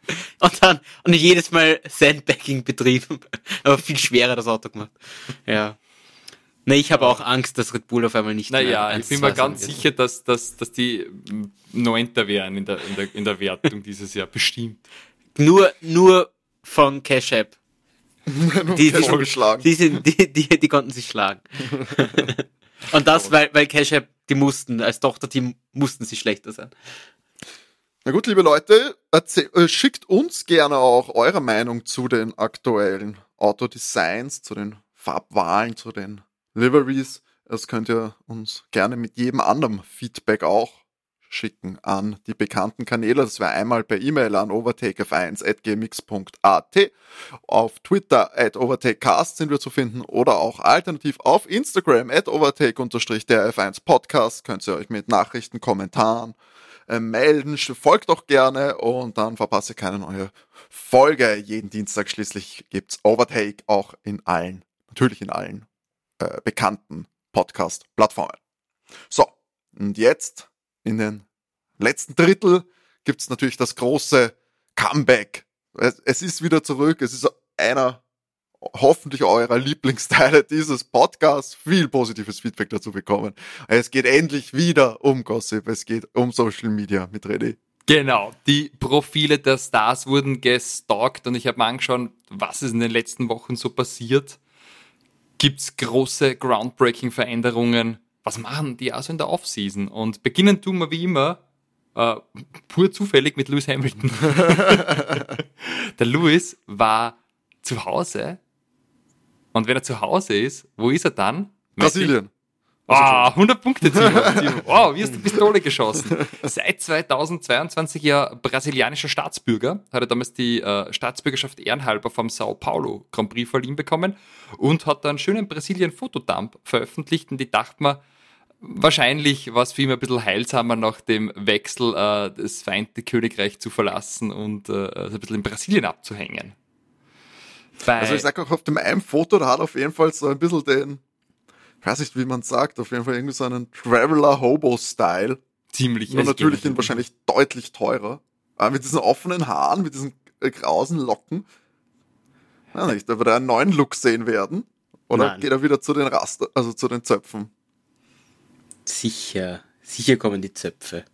Und jedes Mal Sandbagging betrieben. Aber viel schwerer das Auto gemacht. Ja. Ne, ich habe auch Angst, dass Red Bull auf einmal nicht mehr. Naja, ich bin mir ganz sicher, dass die 9. wären in der Wertung dieses Jahr. Bestimmt. Nur von Cash App. Die konnten sich schlagen. Und das, weil Cash App, als Tochterteam mussten sie schlechter sein. Na gut, liebe Leute, schickt uns gerne auch eure Meinung zu den aktuellen Autodesigns, zu den Farbwahlen, zu den Liveries. Das könnt ihr uns gerne mit jedem anderen Feedback auch schicken an die bekannten Kanäle. Das wäre einmal per E-Mail an overtakef1@gmx.at, auf Twitter @overtakecast sind wir zu finden oder auch alternativ auf Instagram @overtake_der F1 Podcast. Könnt ihr euch mit Nachrichten, Kommentaren melden. Folgt doch gerne und dann verpasse keine neue Folge. Jeden Dienstag schließlich gibt's Overtake auch natürlich in allen bekannten Podcast-Plattformen. So, und jetzt in den letzten Drittel gibt's natürlich das große Comeback. Es ist wieder zurück. Es ist einer hoffentlich eurer Lieblingsteile dieses Podcasts. Viel positives Feedback dazu bekommen. Es geht endlich wieder um Gossip. Es geht um Social Media mit René. Genau, die Profile der Stars wurden gestalkt und ich habe mir angeschaut, was ist in den letzten Wochen so passiert. Gibt's große Groundbreaking-Veränderungen? Was machen die also in der Offseason? Und beginnen tun wir wie immer pur zufällig mit Lewis Hamilton. Der Lewis war zu Hause und wenn er zu Hause ist, wo ist er dann? Brasilien. 100 Punkte, Timo. Wow, wie hast du Pistole geschossen? Seit 2022 ja brasilianischer Staatsbürger, hat er damals die Staatsbürgerschaft ehrenhalber vom Sao Paulo Grand Prix verliehen bekommen und hat dann schön einen Brasilien-Fotodump veröffentlicht und ich dachte mir, wahrscheinlich war es für ihn ein bisschen heilsamer nach dem Wechsel das Vereinigte Königreich zu verlassen und ein bisschen in Brasilien abzuhängen. Also ich sag auch auf dem einen Foto, da hat auf jeden Fall so ein bisschen den, ich weiß nicht, wie man sagt, auf jeden Fall irgendwie so einen Traveler-Hobo-Style. Ziemlich. Nur natürlich wahrscheinlich deutlich teurer. Aber mit diesen offenen Haaren, mit diesen krausen Locken. Ja, nicht, ob wir da einen neuen Look sehen werden. Oder geht er wieder zu den zu den Zöpfen? Sicher kommen die Zöpfe.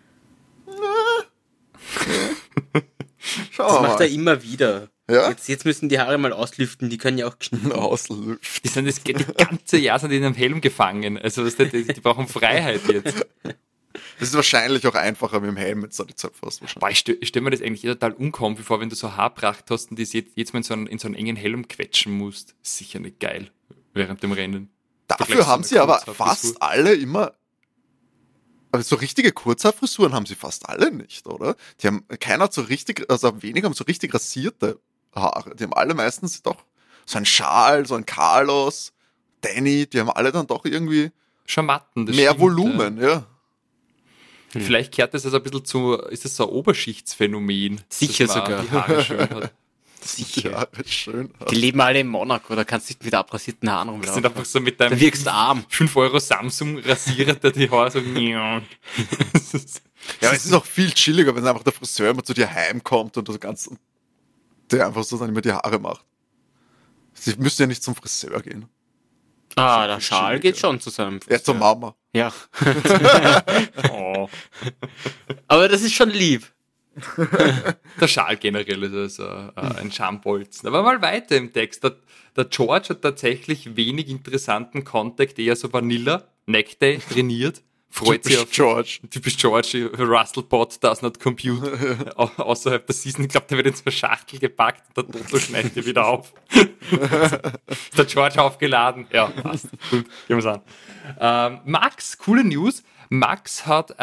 Schau das mal. Macht er immer wieder. Ja? Jetzt müssen die Haare mal auslüften, die können ja auch geschnitten auslüften. Die ganze Jahr sind in einem Helm gefangen. Also die brauchen Freiheit jetzt. Das ist wahrscheinlich auch einfacher mit dem Helm mit so die Zöpfe. Boah, ich stell mir das eigentlich total unkomfy vor, wenn du so Haarpracht hast und das jetzt mal in so einen engen Helm quetschen musst. Sicher nicht geil während dem Rennen. Dafür haben sie aber fast alle immer, aber so richtige Kurzhaarfrisuren haben sie fast alle nicht, oder? Die haben, keiner hat so richtig, also wenige haben so richtig rasierte Haare. Die haben alle meistens doch so ein Schal, so ein Carlos, Danny, die haben alle dann doch irgendwie Schamatten, das mehr stimmt, Volumen, ja. Vielleicht kehrt das also ein bisschen zu, ist das so ein Oberschichtsphänomen? Sicher dass man sogar. Die Haare schön hat. Sicher. Ja, schön. Die leben alle in Monaco, da kannst du nicht mit abrasierten Haaren Das rumlaufen. sind einfach so mit Da deinem wirkst du arm. 5 Euro Samsung Rasierer, der die Haare so. Ja, aber es ist auch viel chilliger, wenn einfach der Friseur immer zu dir heimkommt und das Ganze, der einfach so dann immer die Haare macht. Sie müssen ja nicht zum Friseur gehen. Ah, der Schal chillig, geht ja. schon zu seinem Ja, zur Mama. Ja. Oh. Aber das ist schon lieb. Der Schal generell ist also ein Schambolzen. Aber mal weiter im Text. Der George hat tatsächlich wenig interessanten Contact, eher so Vanilla, Neckday, trainiert, freut sich auf George. typisch George, Rustlebot does not compute, außerhalb der Season. Ich glaube, der wird in so eine Schachtel gepackt und der Toto schneidet die wieder auf. Ist der George aufgeladen? Ja, passt. Gut, gehen wir's an. Max, coole News. Max hat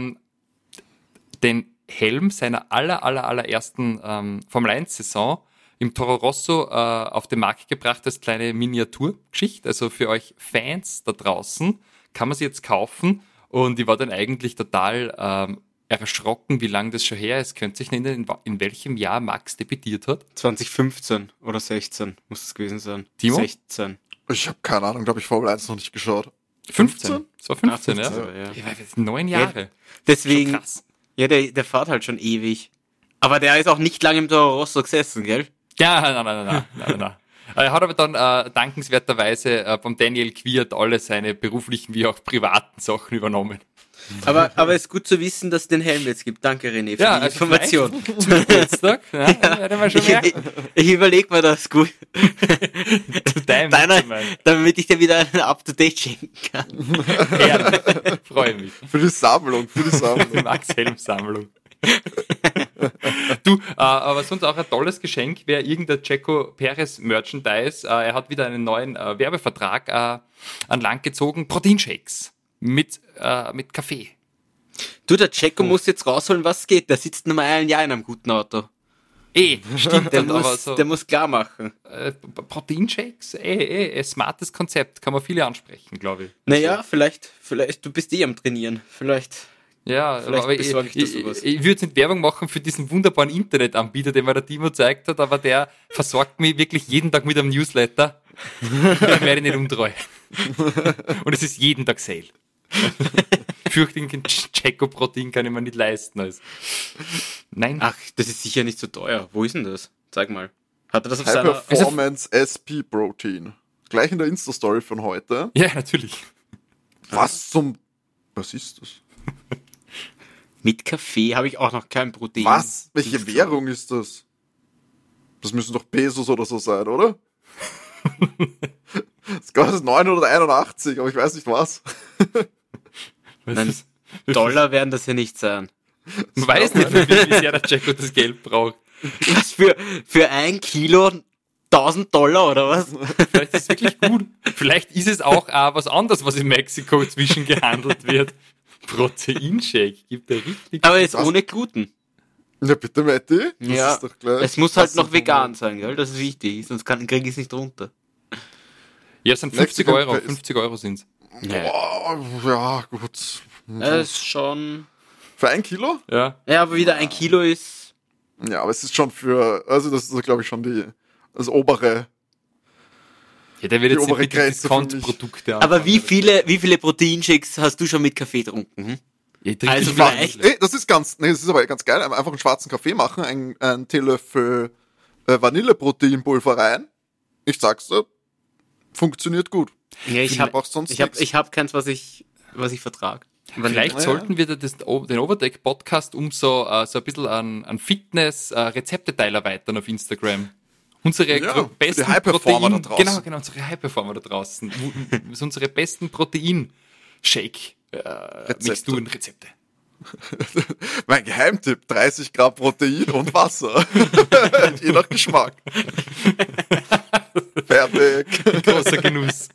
den Helm seiner allerersten Formel 1 Saison im Toro Rosso auf den Markt gebracht als kleine Miniaturgeschichte. Also für euch Fans da draußen kann man sie jetzt kaufen. Und ich war dann eigentlich total erschrocken, wie lange das schon her ist. Könnt ihr euch erinnern, in welchem Jahr Max debütiert hat? 2015 oder 16 muss es gewesen sein. Timo? 16. Ich habe keine Ahnung, glaube ich, Formel 1 noch nicht geschaut. 15? Das war 15, Ah, 15, ja. ja. Ich weiß, 9 Jahre. Deswegen, Schon krass. ja, der fährt halt schon ewig. Aber der ist auch nicht lange im Toro Rosso gesessen, gell? Ja, nein. Er hat aber dann dankenswerterweise vom Daniel Quiert alle seine beruflichen wie auch privaten Sachen übernommen. Aber es ist gut zu wissen, dass es den Helm jetzt gibt. Danke, René, für Ja, die also Information. Zum Geburtstag, ja, werde mal schon merken. Ich überlege mir das gut. Zu deinem Deiner, zu meinem. damit ich dir wieder einen Up-to-Date schenken kann. Ehrlich, freue mich. Für die Sammlung. Die Max-Helm-Sammlung. Du, aber sonst auch ein tolles Geschenk wäre irgendein Checo Perez Merchandise. Er hat wieder einen neuen Werbevertrag an Land gezogen. Proteinshakes mit Kaffee. Du, der Checo muss jetzt rausholen, was geht. Der sitzt nur mal ein Jahr in einem guten Auto. Stimmt. Der aber so, muss klar machen. Proteinshakes, ein smartes Konzept. Kann man viele ansprechen, glaube ich. Naja, vielleicht, du bist am Trainieren. Vielleicht. Ja, Vielleicht aber besorge ich dir sowas. ich würde jetzt nicht Werbung machen für diesen wunderbaren Internetanbieter, den mir der Timo gezeigt hat, aber der versorgt mich wirklich jeden Tag mit einem Newsletter. Dann werde ich nicht untreu. Und es ist jeden Tag Sale. Fürchtigen Checo-Protein kann ich mir nicht leisten. Also. Nein. Ach, das ist sicher nicht so teuer. Wo ist denn das? Zeig mal. Hat er das auf High seiner... Performance SP Protein. Gleich in der Insta-Story von heute. Ja, natürlich. Was ist das? Mit Kaffee habe ich auch noch kein Protein. Was? Welche Währung ist das? Das müssen doch Pesos oder so sein, oder? Das kostet 981, aber ich weiß nicht was. Nein, Dollar werden das ja nicht sein. Man weiß nicht, wie sehr der Checo das Geld braucht. Was für 1 Kilo $1000 oder was? Vielleicht ist es wirklich gut. Vielleicht ist es auch was anderes, was in Mexiko zwischengehandelt wird. Proteinshake gibt er richtig. Aber ist Was? ohne Gluten. Ja, bitte, Matti. Das Ja, ist doch gleich. es muss halt Was noch ist vegan sein, gell? Das ist wichtig, sonst kriege ich es nicht runter. Ja, es sind 50 Mexican Euro. Paste. 50 Euro sind's. Boah, ja, gut. Das ist schon... Für 1 Kilo? Ja. Ja, aber wieder 1 Kilo ist... Ja, aber es ist schon für, also das ist, glaube ich, schon das obere. Ja, der wird Die jetzt obere nicht Grenze für mich. Discount-Produkte Aber wie viele Proteinshakes hast du schon mit Kaffee getrunken? Hm? Also vielleicht- Das ist aber ganz geil. Einfach einen schwarzen Kaffee machen, einen Teelöffel Vanilleproteinpulver rein. Ich sag's dir, funktioniert gut. Ja, ich habe brauchst sonst nichts. ich hab keins, was ich vertrage. Vielleicht Ja. sollten wir den Overdeck-Podcast um so ein bisschen an Fitness-Rezepteteil erweitern auf Instagram. Unsere Ja, gro- für besten die High-Performer Protein, da draußen. genau, unsere High-Performer da draußen. Unsere besten Protein-Shake-Mixturen, Rezepte. Mein Geheimtipp, 30 Gramm Protein und Wasser. Je nach Geschmack. Fertig. Großer Genuss.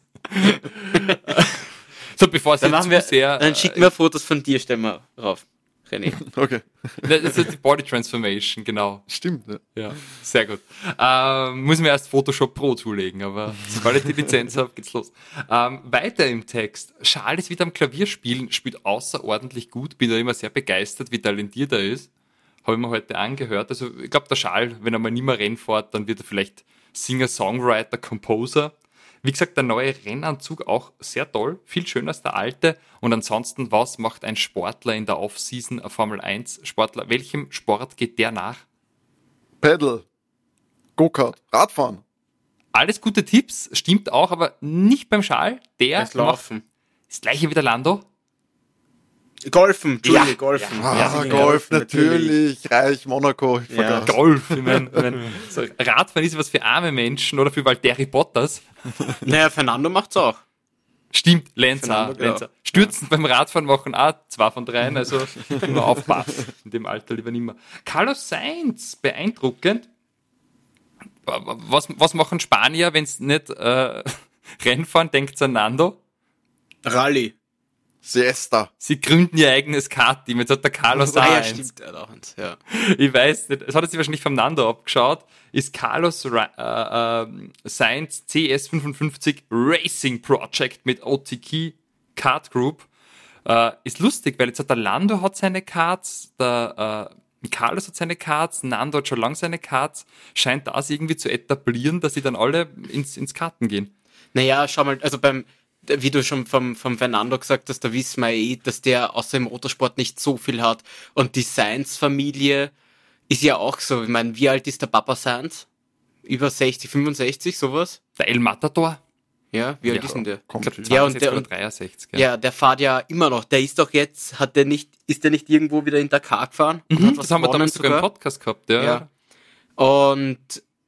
So, bevor es Dann jetzt machen wir, zu sehr... dann schicken wir Fotos von dir, stellen wir rauf. René. Okay. Das ist die Body Transformation, genau. Stimmt, ne? Ja, sehr gut. Muss mir erst Photoshop Pro zulegen, aber sobald ich die Lizenz habe, geht's los. Weiter im Text. Charles ist wieder am Klavier spielen, spielt außerordentlich gut. Bin da immer sehr begeistert, wie talentiert er ist. Habe ich mir heute angehört. Also ich glaube, der Charles, wenn er mal nicht mehr Rennen fährt, dann wird er vielleicht Singer, Songwriter, Composer. Wie gesagt, der neue Rennanzug auch sehr toll, viel schöner als der alte. Und ansonsten, was macht ein Sportler in der Offseason, ein Formel-1-Sportler? Welchem Sport geht der nach? Pedal, Go-Kart, Radfahren. Alles gute Tipps, stimmt auch, aber nicht beim Schal. Der Das Laufen. das gleiche wie der Lando. Golfen, Entschuldige, Ja. Golfen. Golf, natürlich. Reich, Monaco, ich Ja. vergaß. Golf. Ich mein, so Radfahren ist was für arme Menschen oder für Valtteri Bottas. Naja, Fernando macht's auch. Stimmt, Lenz Fernando, auch. Lenz ja. auch. Stürzen beim Radfahren machen auch 2 von 3, also nur aufpassen. In dem Alter lieber nimmer. Carlos Sainz, beeindruckend. Was machen Spanier, wenn es nicht Rennfahren, denkt an Nando? Rallye. Siesta. Sie gründen ihr eigenes Kart-Team. Jetzt hat der Carlos Ah, auch ja, eins. stimmt. Ja, auch eins, ja. Ich weiß nicht, das hat er sich wahrscheinlich vom Nando abgeschaut, ist Carlos Sainz CS55 Racing Project mit OTK Kart Group. Ist lustig, weil jetzt hat der Lando hat seine Karts, der Carlos hat seine Karts, Nando hat schon lange seine Karts, scheint das irgendwie zu etablieren, dass sie dann alle ins Karten gehen. Naja, schau mal, also wie du schon vom Fernando gesagt hast, da wissen wir dass der außer im Motorsport nicht so viel hat. Und die Sainz-Familie ist ja auch so. Ich meine, wie alt ist der Papa Sainz? Über 60, 65, sowas? Der El Matador, Ja, wie alt Ja, ist denn der? ich glaube Ja, und 62 der- oder und- 63. Ja. Ja, der fährt ja immer noch. Der ist doch jetzt, ist der nicht irgendwo wieder in Dakar gefahren? Und hat was Das haben wir gewonnen damals sogar im Podcast gehabt. Ja. Und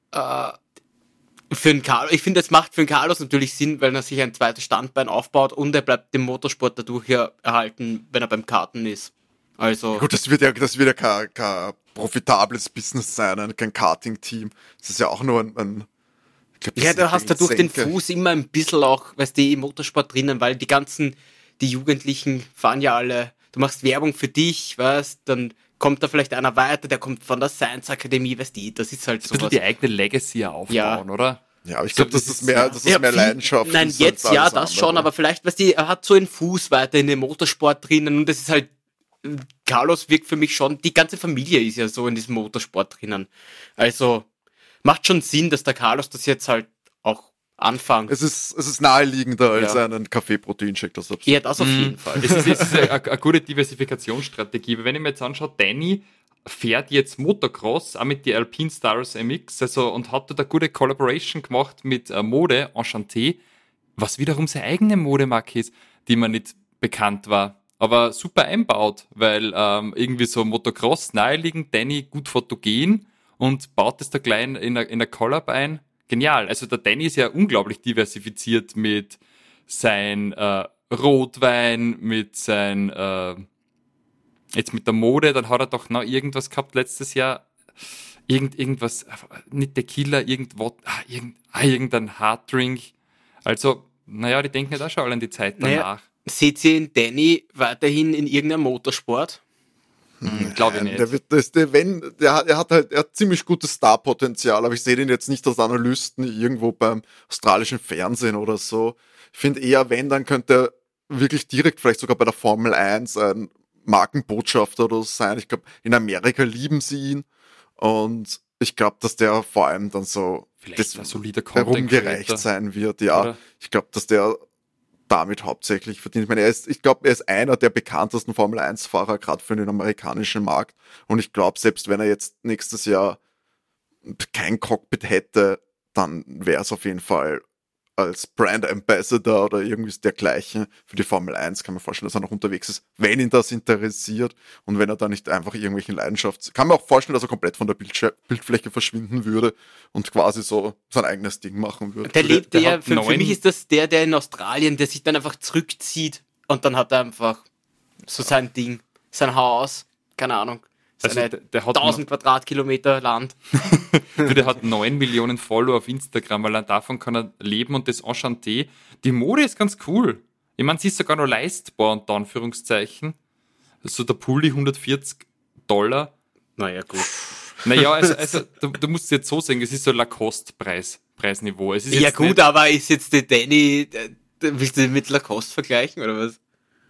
für einen Carlos, ich finde, es macht für einen Carlos natürlich Sinn, weil er sich ein zweites Standbein aufbaut und er bleibt dem Motorsport dadurch ja erhalten, wenn er beim Karten ist. Also, Gut, das wird ja kein profitables Business sein, kein Karting-Team. Das ist ja auch nur ein ich glaub, das ja, ist du ein hast da durch den Geldsenker. Fuß immer ein bisschen auch, weißt du, im Motorsport drinnen, weil die Jugendlichen fahren ja alle, du machst Werbung für dich, weißt, dann kommt da vielleicht einer weiter, der kommt von der Science Akademie, weißt du, das ist halt Ein bisschen sowas. die eigene Legacy aufbauen, Ja. oder? Ja, aber ich So, glaube, das das ist ist- mehr, das ist Ja, mehr viel- Leidenschaft. Nein, als jetzt alles ja, das andere. schon, aber vielleicht, weißt du, er hat so einen Fuß weiter in dem Motorsport drinnen und das ist halt, Carlos wirkt für mich schon, die ganze Familie ist ja so in diesem Motorsport drinnen. Also, macht schon Sinn, dass der Carlos das jetzt halt auch anfängt. Es ist naheliegender als Ja. einen Kaffee-Proteinshake, das absolut. Ja, das auf jeden Fall. Es ist eine gute Diversifikationsstrategie, weil wenn ich mir jetzt anschaue, Danny fährt jetzt Motocross, auch mit die Alpine Stars MX, also, und hat da eine gute Collaboration gemacht mit Mode, Enchanté, was wiederum seine eigene Modemarke ist, die mir nicht bekannt war. Aber super einbaut, weil irgendwie so Motocross naheliegend, Danny gut fotogen und baut das da gleich in eine Collab ein. Genial. Also der Danny ist ja unglaublich diversifiziert mit sein Rotwein, mit sein jetzt mit der Mode, dann hat er doch noch irgendwas gehabt letztes Jahr. Irgendwas, nicht Tequila, irgendein Harddrink. Also, naja, die denken ja da schon alle an die Zeit danach. Naja, seht ihr in Danny weiterhin in irgendeinem Motorsport? Glaube ich nicht. Er hat ziemlich gutes Starpotenzial, aber ich sehe den jetzt nicht als Analysten irgendwo beim australischen Fernsehen oder so. Ich finde eher, wenn, dann könnte er wirklich direkt vielleicht sogar bei der Formel 1 ein Markenbotschafter oder so sein. Ich glaube, in Amerika lieben sie ihn und ich glaube, dass der vor allem dann so Vielleicht ein solider Content herumgereicht Creator. sein wird. Ja, Oder? ich glaube, dass der damit hauptsächlich verdient. Ich meine, ich glaube, er ist einer der bekanntesten Formel-1-Fahrer, gerade für den amerikanischen Markt. Und ich glaube, selbst wenn er jetzt nächstes Jahr kein Cockpit hätte, dann wäre es auf jeden Fall als Brand Ambassador oder irgendwie dergleichen für die Formel 1, kann man vorstellen, dass er noch unterwegs ist, wenn ihn das interessiert und wenn er da nicht einfach irgendwelchen kann man auch vorstellen, dass er komplett von der Bildfläche verschwinden würde und quasi so sein eigenes Ding machen würde. Der lebt der ja, hat für 9 mich ist das der in Australien, der sich dann einfach zurückzieht und dann hat er einfach so sein Ding. sein Haus, keine Ahnung, seine der hat 1000 Quadratkilometer Land. der hat 9 Millionen Follower auf Instagram, weil davon kann er leben und das Enchanté. Die Mode ist ganz cool. Ich meine, sie ist sogar noch leistbar, unter Anführungszeichen. So der Pulli $140. Naja, gut. Naja, also du musst es jetzt so sehen, es ist so Lacoste-Preisniveau. Es ist Ja jetzt gut, nicht, aber ist jetzt der Danny, willst du den mit Lacoste vergleichen, oder was?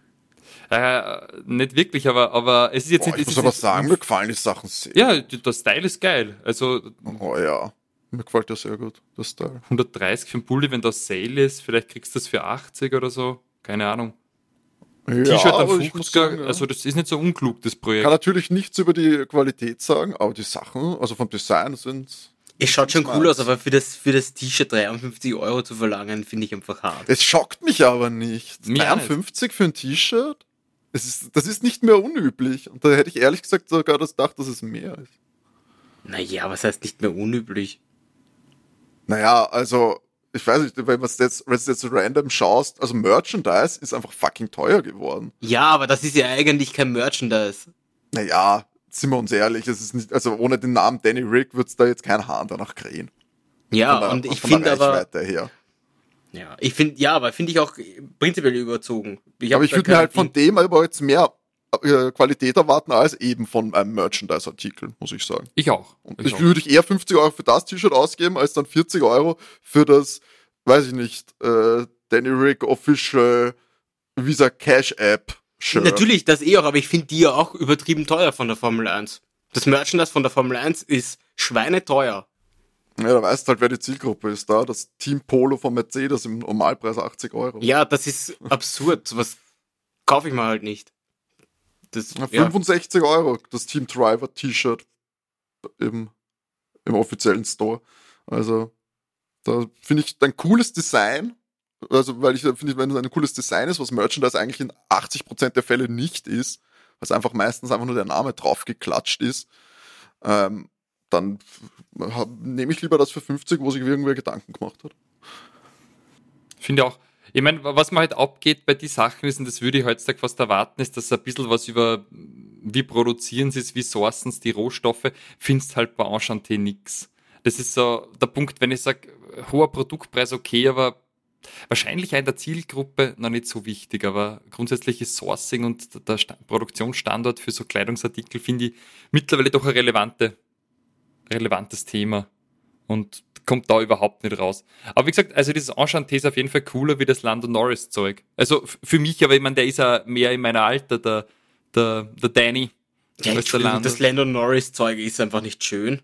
nicht wirklich, aber es ist jetzt Boah, ich nicht... muss aber sagen, mir gefallen die Sachen sehr. Ja, der Style ist geil. Also Oh ja, mir gefällt der sehr gut, der Style. 130 für einen Pulli, wenn das Sale ist, vielleicht kriegst du das für 80 oder so. Keine Ahnung. Ja, T-Shirt am aber ich muss 50er, sagen, ja. also das ist nicht so unklug, das Ich Projekt. kann natürlich nichts über die Qualität sagen, aber die Sachen, also vom Design sind... Es schaut schon Smart. cool aus, aber für das T-Shirt 53 Euro zu verlangen, finde ich einfach hart. Es schockt mich aber nicht. Mir auch 53 für ein T-Shirt? Das ist nicht mehr unüblich. Und da hätte ich ehrlich gesagt sogar das gedacht, dass es mehr ist. Naja, was heißt nicht mehr unüblich? Naja, also, ich weiß nicht, wenn du jetzt random schaust, also Merchandise ist einfach fucking teuer geworden. Ja, aber das ist ja eigentlich kein Merchandise. Naja, sind wir uns ehrlich, es ist nicht, also ohne den Namen Danny Rick wird's da jetzt kein Hahn danach krähen. Ja, und ich finde aber, Reichweite her. ja, finde ich auch prinzipiell überzogen. Aber ich würde mir halt von dem aber jetzt mehr Qualität erwarten als eben von einem Merchandise-Artikel, muss ich sagen. Ich auch. Und ich würde eher 50 Euro für das T-Shirt ausgeben, als dann 40 Euro für das, weiß ich nicht, Danny Rick Official Visa Cash App Shirt. Natürlich, das auch, aber ich finde die ja auch übertrieben teuer von der Formel 1. Das Merchandise von der Formel 1 ist schweineteuer. Ja, da weißt du halt, wer die Zielgruppe ist da. Das Team Polo von Mercedes im Normalpreis 80 Euro. Ja, das ist absurd. Sowas kaufe ich mir halt nicht. Das, Ja, ja. 65 Euro, das Team Driver T-Shirt im offiziellen Store. Also, da finde ich ein cooles Design. Also, weil ich finde, wenn es ein cooles Design ist, was Merchandise eigentlich in 80% der Fälle nicht ist, was einfach meistens einfach nur der Name draufgeklatscht ist, dann nehme ich lieber das für 50, wo sich irgendwer Gedanken gemacht hat. Finde auch. Ich meine, was man halt abgeht bei den Sachen ist, und das würde ich heutzutage fast erwarten, ist, dass ein bisschen was über, wie produzieren sie es, wie sourcen sie die Rohstoffe, findest halt bei Enchanté nix. Das ist so der Punkt, wenn ich sage, hoher Produktpreis okay, aber wahrscheinlich auch in der Zielgruppe noch nicht so wichtig, aber grundsätzlich ist Sourcing und der Produktionsstandort für so Kleidungsartikel, finde ich, mittlerweile doch ein relevantes Thema und kommt da überhaupt nicht raus. Aber wie gesagt, also dieses Enchanté ist auf jeden Fall cooler wie das Lando Norris Zeug. Also für mich, aber ich meine, der ist ja mehr in meiner Alter, der Danny. Ja, als der Lando. das Lando Norris Zeug ist einfach nicht schön.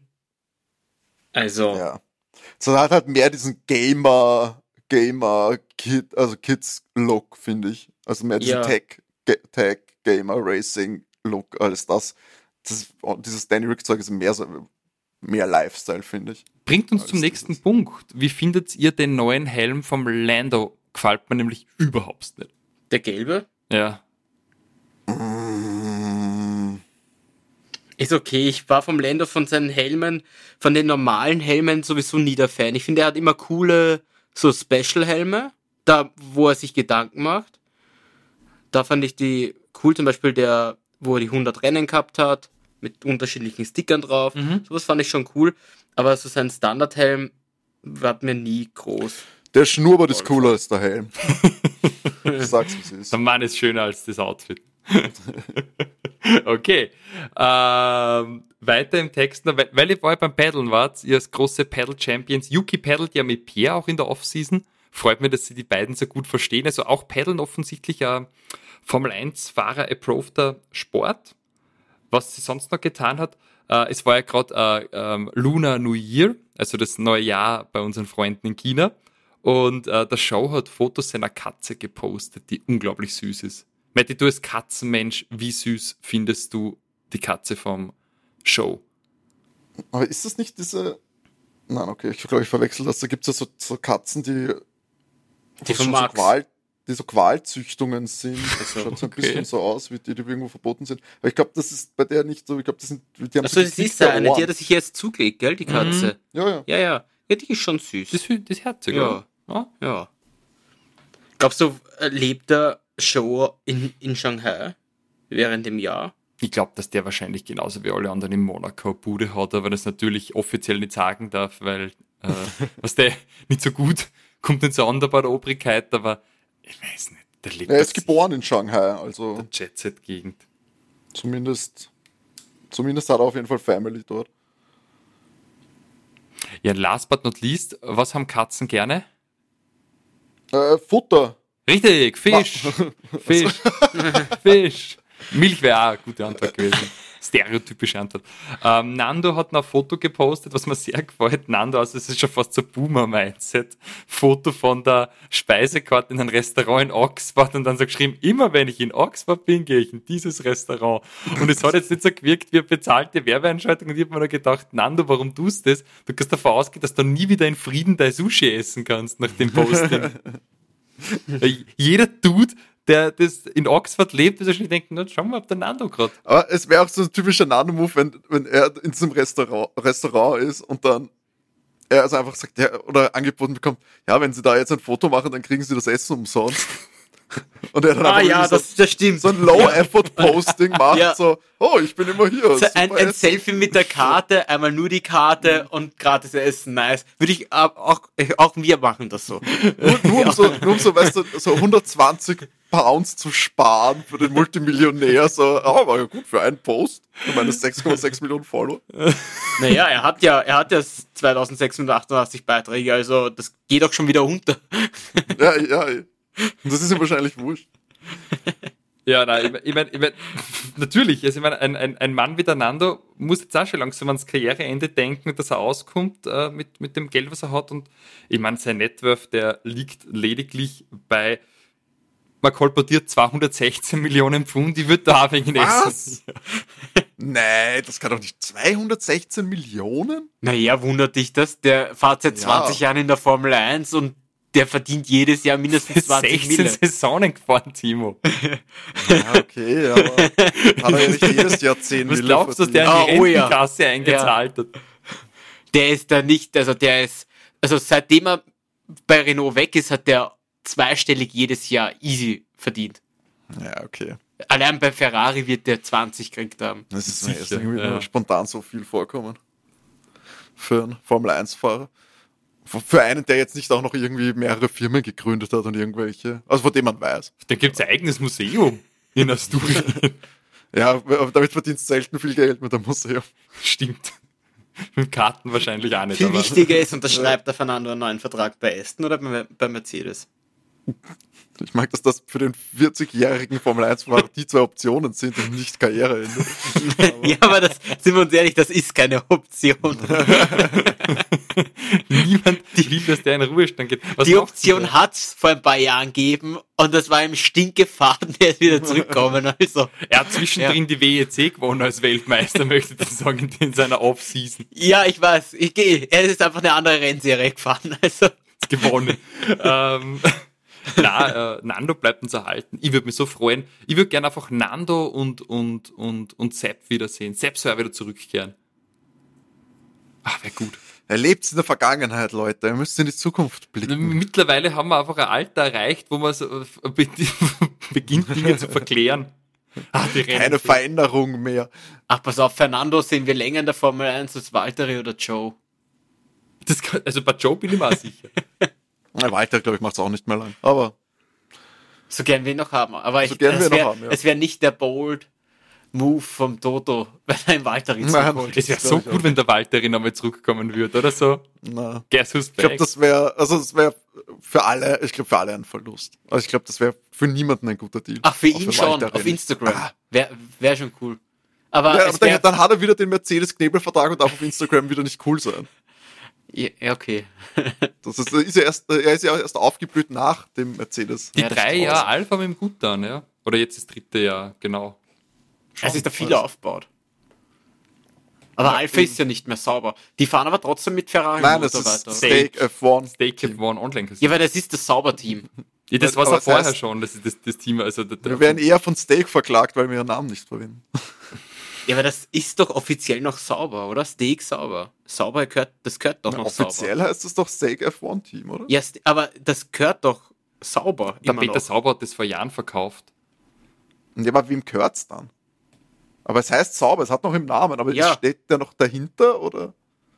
Also, Ja. So hat halt mehr diesen Gamer-Kid, also Kids-Look, finde ich. Also mehr diesen Ja. Tech-Gamer-Racing-Look als das. Dieses Danny Rick-Zeug ist mehr Lifestyle, finde ich. Bringt uns Als zum nächsten dieses. Punkt. Wie findet ihr den neuen Helm vom Lando? Gefällt mir nämlich überhaupt nicht. der gelbe Ja. ist okay. Ich war vom Lando von seinen Helmen, von den normalen Helmen sowieso nie der Fan. Ich finde, er hat immer coole, so Special-Helme, da, wo er sich Gedanken macht. Da fand ich die cool, zum Beispiel wo er die 100 Rennen gehabt hat, mit unterschiedlichen Stickern drauf. Sowas fand ich schon cool. Aber so sein Standardhelm hat mir nie groß. Der Schnurrbart ist cooler als der Helm. Ich sag's, wie es ist. Der Mann ist schöner als das Outfit. Okay. Weiter im Text, weil ihr vorher beim Paddeln wart, ihr als große Paddle-Champions. Yuki paddelt ja mit Pierre auch in der Offseason. Freut mich, dass sie die beiden so gut verstehen. Also auch Paddeln offensichtlich ein Formel-1-Fahrer approveder Sport. Was sie sonst noch getan hat, es war ja gerade Lunar New Year, also das neue Jahr bei unseren Freunden in China. Und der Show hat Fotos seiner Katze gepostet, die unglaublich süß ist. Matti, du als Katzenmensch, wie süß findest du die Katze vom Show? Aber ist das nicht diese... Nein, okay, ich glaube, ich verwechsel das. Da gibt es ja so Katzen, die von schon Max. die so Qualzüchtungen sind. Das Also, schaut so ein okay. bisschen so aus, wie die irgendwo verboten sind. Aber ich glaube, das ist bei der nicht so. Ich glaube, die haben Achso, das ist gefickte eine, die Ohren. hat er sich jetzt zugelegt, gell, die Katze. Ja, ja. Ja, ja. Ja, die ist schon süß. Das herzig, Ja. oder? Ja. Ja. Glaubst du, lebt der Show in Shanghai? während dem Jahr. Ich glaube, dass der wahrscheinlich genauso wie alle anderen in Monaco Bude hat, aber das natürlich offiziell nicht sagen darf, weil was der nicht so gut, kommt nicht so an da bei der Obrigkeit, aber ich weiß nicht, der lebt Er ist geboren in Shanghai, also der Jet-Set-Gegend. zumindest hat er auf jeden Fall Family dort. Ja, last but not least, was haben Katzen gerne? Futter. Richtig, Fisch. Fisch. Fisch. Milch wäre auch eine gute Antwort gewesen. Stereotypische Antwort. Nando hat noch ein Foto gepostet, was mir sehr gefällt. Nando, also es ist schon fast so Boomer-Mindset. Foto von der Speisekarte in einem Restaurant in Oxford und dann so geschrieben, immer wenn ich in Oxford bin, gehe ich in dieses Restaurant. Und es hat jetzt nicht so gewirkt wie eine bezahlte Werbeeinschaltung und ich habe mir noch gedacht, Nando, warum tust du das? Du kannst davon ausgehen, dass du nie wieder in Frieden dein Sushi essen kannst nach dem Posting. Jeder Dude, der das in Oxford lebt, wird wahrscheinlich denken, na, schauen wir, ob der Nando gerade. Aber es wäre auch so ein typischer Nano-Move, wenn er in diesem Restaurant ist und dann er also einfach sagt, ja, oder angeboten bekommt, ja, wenn sie da jetzt ein Foto machen, dann kriegen sie das Essen umsonst. Und er dann einfach ja, so, das stimmt. so ein Low-Effort-Posting macht, Ja. so, oh, ich bin immer hier. So ein super Essen. Selfie mit der Karte, einmal nur die Karte und gratis Essen, nice. Würde ich auch wir machen das so. Nur um so, weißt du, so 120 Pounds zu sparen für den Multimillionär, so, war ja gut für einen Post, für meine 6,6 Millionen Follower. Naja, er hat ja 2688 Beiträge, also das geht auch schon wieder unter. Ja. Und das ist ihm wahrscheinlich wurscht. Ja, nein, ich mein, natürlich, also ich meine, ein Mann wie der Nando muss jetzt auch schon langsam ans Karriereende denken, dass er auskommt mit dem Geld, was er hat. Und ich meine, sein Networth, der liegt lediglich bei, man kolportiert 216 Millionen Pfund, die wird da auch wegen Was? Essen. Nee, das kann doch nicht 216 Millionen? Naja, wundert dich das? Der fährt seit 20 Jahren in der Formel 1 und der verdient jedes Jahr mindestens 20 16 Mille. Saisonen gefahren, Timo. Ja, okay, aber hat er ja nicht jedes Jahr 10 Was Mille glaubst du, dass verdient? der in die ja. Rentenkasse eingezahlt hat? Der ist da nicht, also seitdem er bei Renault weg ist, hat der zweistellig jedes Jahr easy verdient. Ja, okay. Allein bei Ferrari wird der 20 gekriegt haben. Das ist Sicher, jetzt irgendwie ja. nur spontan so viel vorkommen. Für einen Formel-1-Fahrer. Für einen, der jetzt nicht auch noch irgendwie mehrere Firmen gegründet hat und irgendwelche, also von dem man weiß. Da gibt's ein eigenes Museum in Asturien. Ja, aber damit verdienst du selten viel Geld mit dem Museum. Stimmt. Mit Karten wahrscheinlich auch nicht. Viel aber wichtiger ist, unterschreibt der Fernando einen neuen Vertrag bei Aston oder bei Mercedes? Ich mag, dass das für den 40-jährigen Formel-1-Fahrer die zwei Optionen sind und nicht Karriereende. Ja, aber das, sind wir uns ehrlich, das ist keine Option. Niemand will, dass der in Ruhestand geht. Was Die macht Option der? hat's vor ein paar Jahren gegeben und das war ihm stinkefaden, der ist wieder zurückgekommen. Also, Er hat zwischendrin die WEC gewonnen als Weltmeister, möchte ich sagen, in seiner Off-Season. ja, ich weiß, er ist einfach eine andere Rennserie gefahren. Also, Gewonnen. Nando bleibt uns erhalten. Ich würde mich so freuen. Ich würde gerne einfach Nando und Sepp wiedersehen. Sepp soll auch wieder zurückkehren. Ach, wäre gut. Er lebt in der Vergangenheit, Leute. Ihr müsst in die Zukunft blicken. Mittlerweile haben wir einfach ein Alter erreicht, wo man so beginnt, Dinge zu verklären. Die Rennen Keine Veränderung mehr. ach, pass auf, Fernando sehen wir länger in der Formel 1 als Valtteri oder Joe. Also bei Joe bin ich mir auch sicher. Na, Walter, glaube ich, macht es auch nicht mehr lang. Aber So gern wir ihn noch haben. Aber So gern wir noch haben, ja. es wäre nicht der bold Move vom Toto, wenn er in Valtteri Nein. zurückholt. Es wäre so gut, wenn der Walter nochmal zurückkommen würde, oder so. na, Guess who's ich glaube, back? das wäre für alle ein Verlust. Also ich glaube, das wäre für niemanden ein guter Deal. Ach, für Auch ihn schon, Walter auf nicht. Instagram. Ah. Wär schon cool. Aber, Ja, es aber wär, dann hat er wieder den Mercedes-Knebel-Vertrag und darf auf Instagram wieder nicht cool sein. ja, okay. Er ist ja erst aufgeblüht nach dem Mercedes. Die Ja, das 3 ist Jahre Alpha mit dem Gut an, ja. Oder jetzt das 3. Jahr, genau. Es ist da viel aufgebaut. Aber Alpha ist ja nicht mehr sauber. Die fahren aber trotzdem mit Ferrari Nein, und das so ist weiter. Stake F1. Stake One Online. Ja, weil das ist das Sauber-Team. Ja, das war Aber es vorher das heißt- schon, das ist das Team. Also Wir werden eher von Stake verklagt, weil wir ihren Namen nicht verwenden. Ja, aber das ist doch offiziell noch sauber, oder? Steak sauber. Sauber gehört doch noch Offiziell sauber. heißt es doch Stake F1 Team, oder? Ja, aber das gehört doch sauber. der Immer Peter noch. Sauber hat das vor Jahren verkauft. Ja, aber wem gehört's dann? Aber es heißt sauber, es hat noch im Namen, aber Ja. steht der noch dahinter, oder?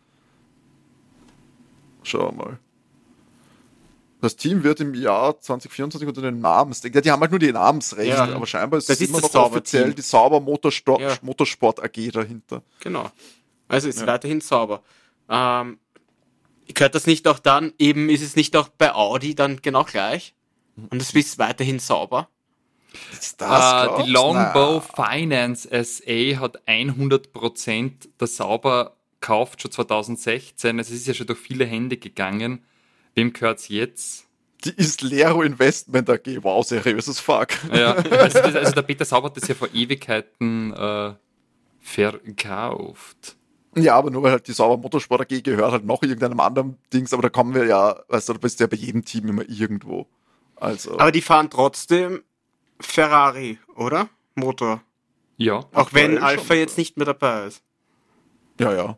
Schau mal. Das Team wird im Jahr 2024 unter den Namens... Ja, die haben halt nur die Namensrechte, Ja. aber scheinbar ist Das es ist immer das noch offiziell Sauber-Team. die Sauber Motorsport, Ja. Motorsport AG dahinter. Genau. Also ist Ja. weiterhin sauber. Gehört das nicht auch dann, eben ist es nicht auch bei Audi dann genau gleich? Und es ist weiterhin sauber? Ist Die glaubst? Longbow Na. Finance SA hat 100% der Sauber gekauft, schon 2016. Also es ist ja schon durch viele Hände gegangen. Wem gehört's jetzt? Die Islero Investment AG. Wow, seriöses Fuck. Ja, also der Peter Sauber hat das ja vor Ewigkeiten verkauft. Ja, aber nur weil halt die Sauber Motorsport AG gehört halt noch irgendeinem anderen Dings, aber da kommen wir ja, weißt du, du bist ja bei jedem Team immer irgendwo. Also, Aber die fahren trotzdem Ferrari, oder? Motor. Ja. Auch wenn schon, Alpha oder? jetzt nicht mehr dabei ist. ja.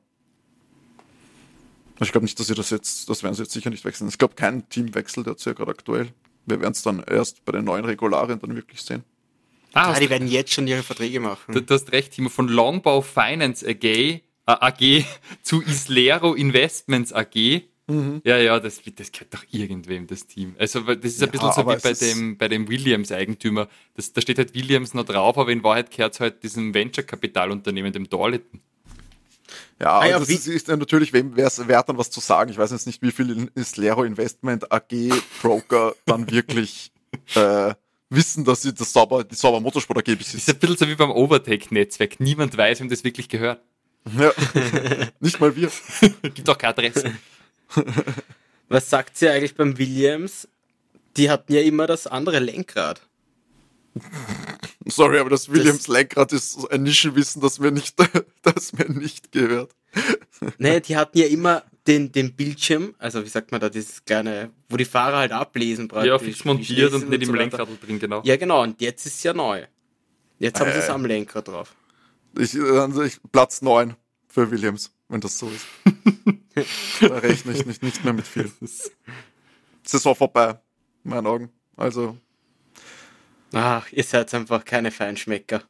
Ich glaube nicht, dass das werden sie jetzt sicher nicht wechseln. Ich glaube, kein Team wechselt jetzt ja gerade aktuell. Wir werden es dann erst bei den neuen Regularien dann wirklich sehen. Ah, die werden jetzt schon ihre Verträge machen. Du hast recht, Timo, von Longbow Finance AG zu Islero Investments AG. Ja, das gehört doch irgendwem, das Team. Also das ist ein Ja, bisschen so aber wie es ist- bei dem Williams-Eigentümer. Da steht halt Williams noch drauf, aber in Wahrheit gehört es halt diesem Venture-Kapitalunternehmen, dem Darlington. Ja, ja, das wie- ist ja natürlich, wer hat dann was zu sagen? Ich weiß jetzt nicht, wie viel Islero Investment AG Broker dann wirklich wissen, dass sie die Sauber Motorsport AG Das ist besitzen. ein bisschen so wie beim Overtake-Netzwerk. Niemand weiß, wem das wirklich gehört. Ja. Nicht mal wir. Gibt auch keine Adresse. Was sagt sie eigentlich beim Williams? Die hatten ja immer das andere Lenkrad. Sorry, aber das Williams Lenkrad ist so ein Nischenwissen, das mir nicht gehört. Naja, die hatten ja immer den Bildschirm, also wie sagt man da, dieses kleine, wo die Fahrer halt ablesen praktisch. Ja, fix wie schnell montiert sie und nicht so im weiter. Lenkrad drin, genau. Ja, genau, und jetzt ist es ja neu. Jetzt haben sie es am Lenkrad drauf. Ich Platz 9 für Williams, wenn das so ist. Da rechne ich nicht mehr mit viel. Saison vorbei, in meinen Augen. Also, Ach, ihr seid einfach keine Feinschmecker.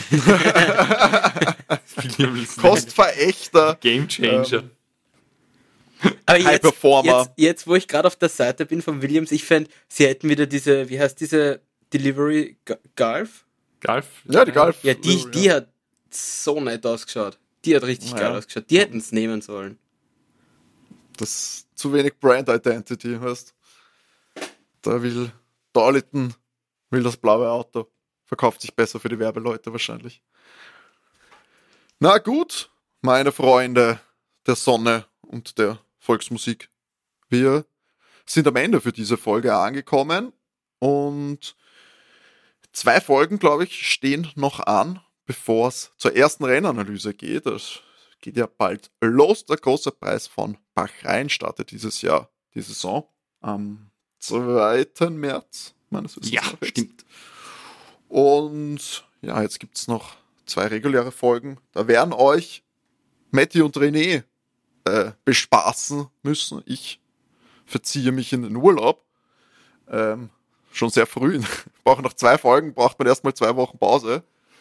Kostverächter. Game Changer. Aber High Performer. jetzt, wo ich gerade auf der Seite bin von Williams, ich fände, sie hätten wieder diese, wie heißt diese Delivery Golf? Golf? Ja, die Golf. Ja, die hat so nett ausgeschaut. Die hat richtig Ja. geil ausgeschaut. Die hätten es nehmen sollen. Das ist zu wenig Brand Identity, weißt. Da will Darlington das blaue Auto. Verkauft sich besser für die Werbeleute wahrscheinlich. Na gut, meine Freunde der Sonne und der Volksmusik. Wir sind am Ende für diese Folge angekommen und 2 Folgen, glaube ich, stehen noch an, bevor es zur ersten Rennanalyse geht. Das geht ja bald los. Der große Preis von Bahrain startet dieses Jahr, die Saison, am 2. März, meines Wissens. Ja, nach jetzt. stimmt. Und ja, jetzt gibt es noch 2 reguläre Folgen. Da werden euch Matti und René bespaßen müssen. Ich verziehe mich in den Urlaub. Schon sehr früh. Brauche noch 2 Folgen, braucht man erstmal 2 Wochen Pause.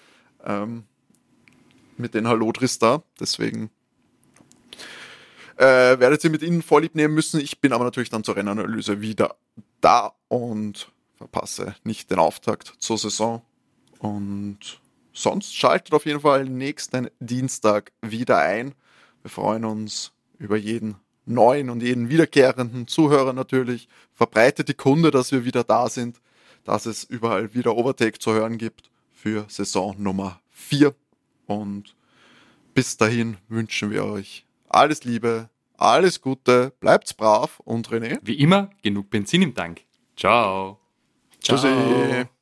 Mit den Hallodris da. Deswegen werdet ihr mit ihnen Vorlieb nehmen müssen. Ich bin aber natürlich dann zur Rennanalyse wieder da und verpasse nicht den Auftakt zur Saison. Und sonst schaltet auf jeden Fall nächsten Dienstag wieder ein. Wir freuen uns über jeden neuen und jeden wiederkehrenden Zuhörer natürlich. Verbreitet die Kunde, dass wir wieder da sind, dass es überall wieder Overtake zu hören gibt für Saison Nummer 4. Und bis dahin wünschen wir euch alles Liebe, alles Gute, bleibt's brav und René. Wie immer, genug Benzin im Tank. Ciao. Tschüssi.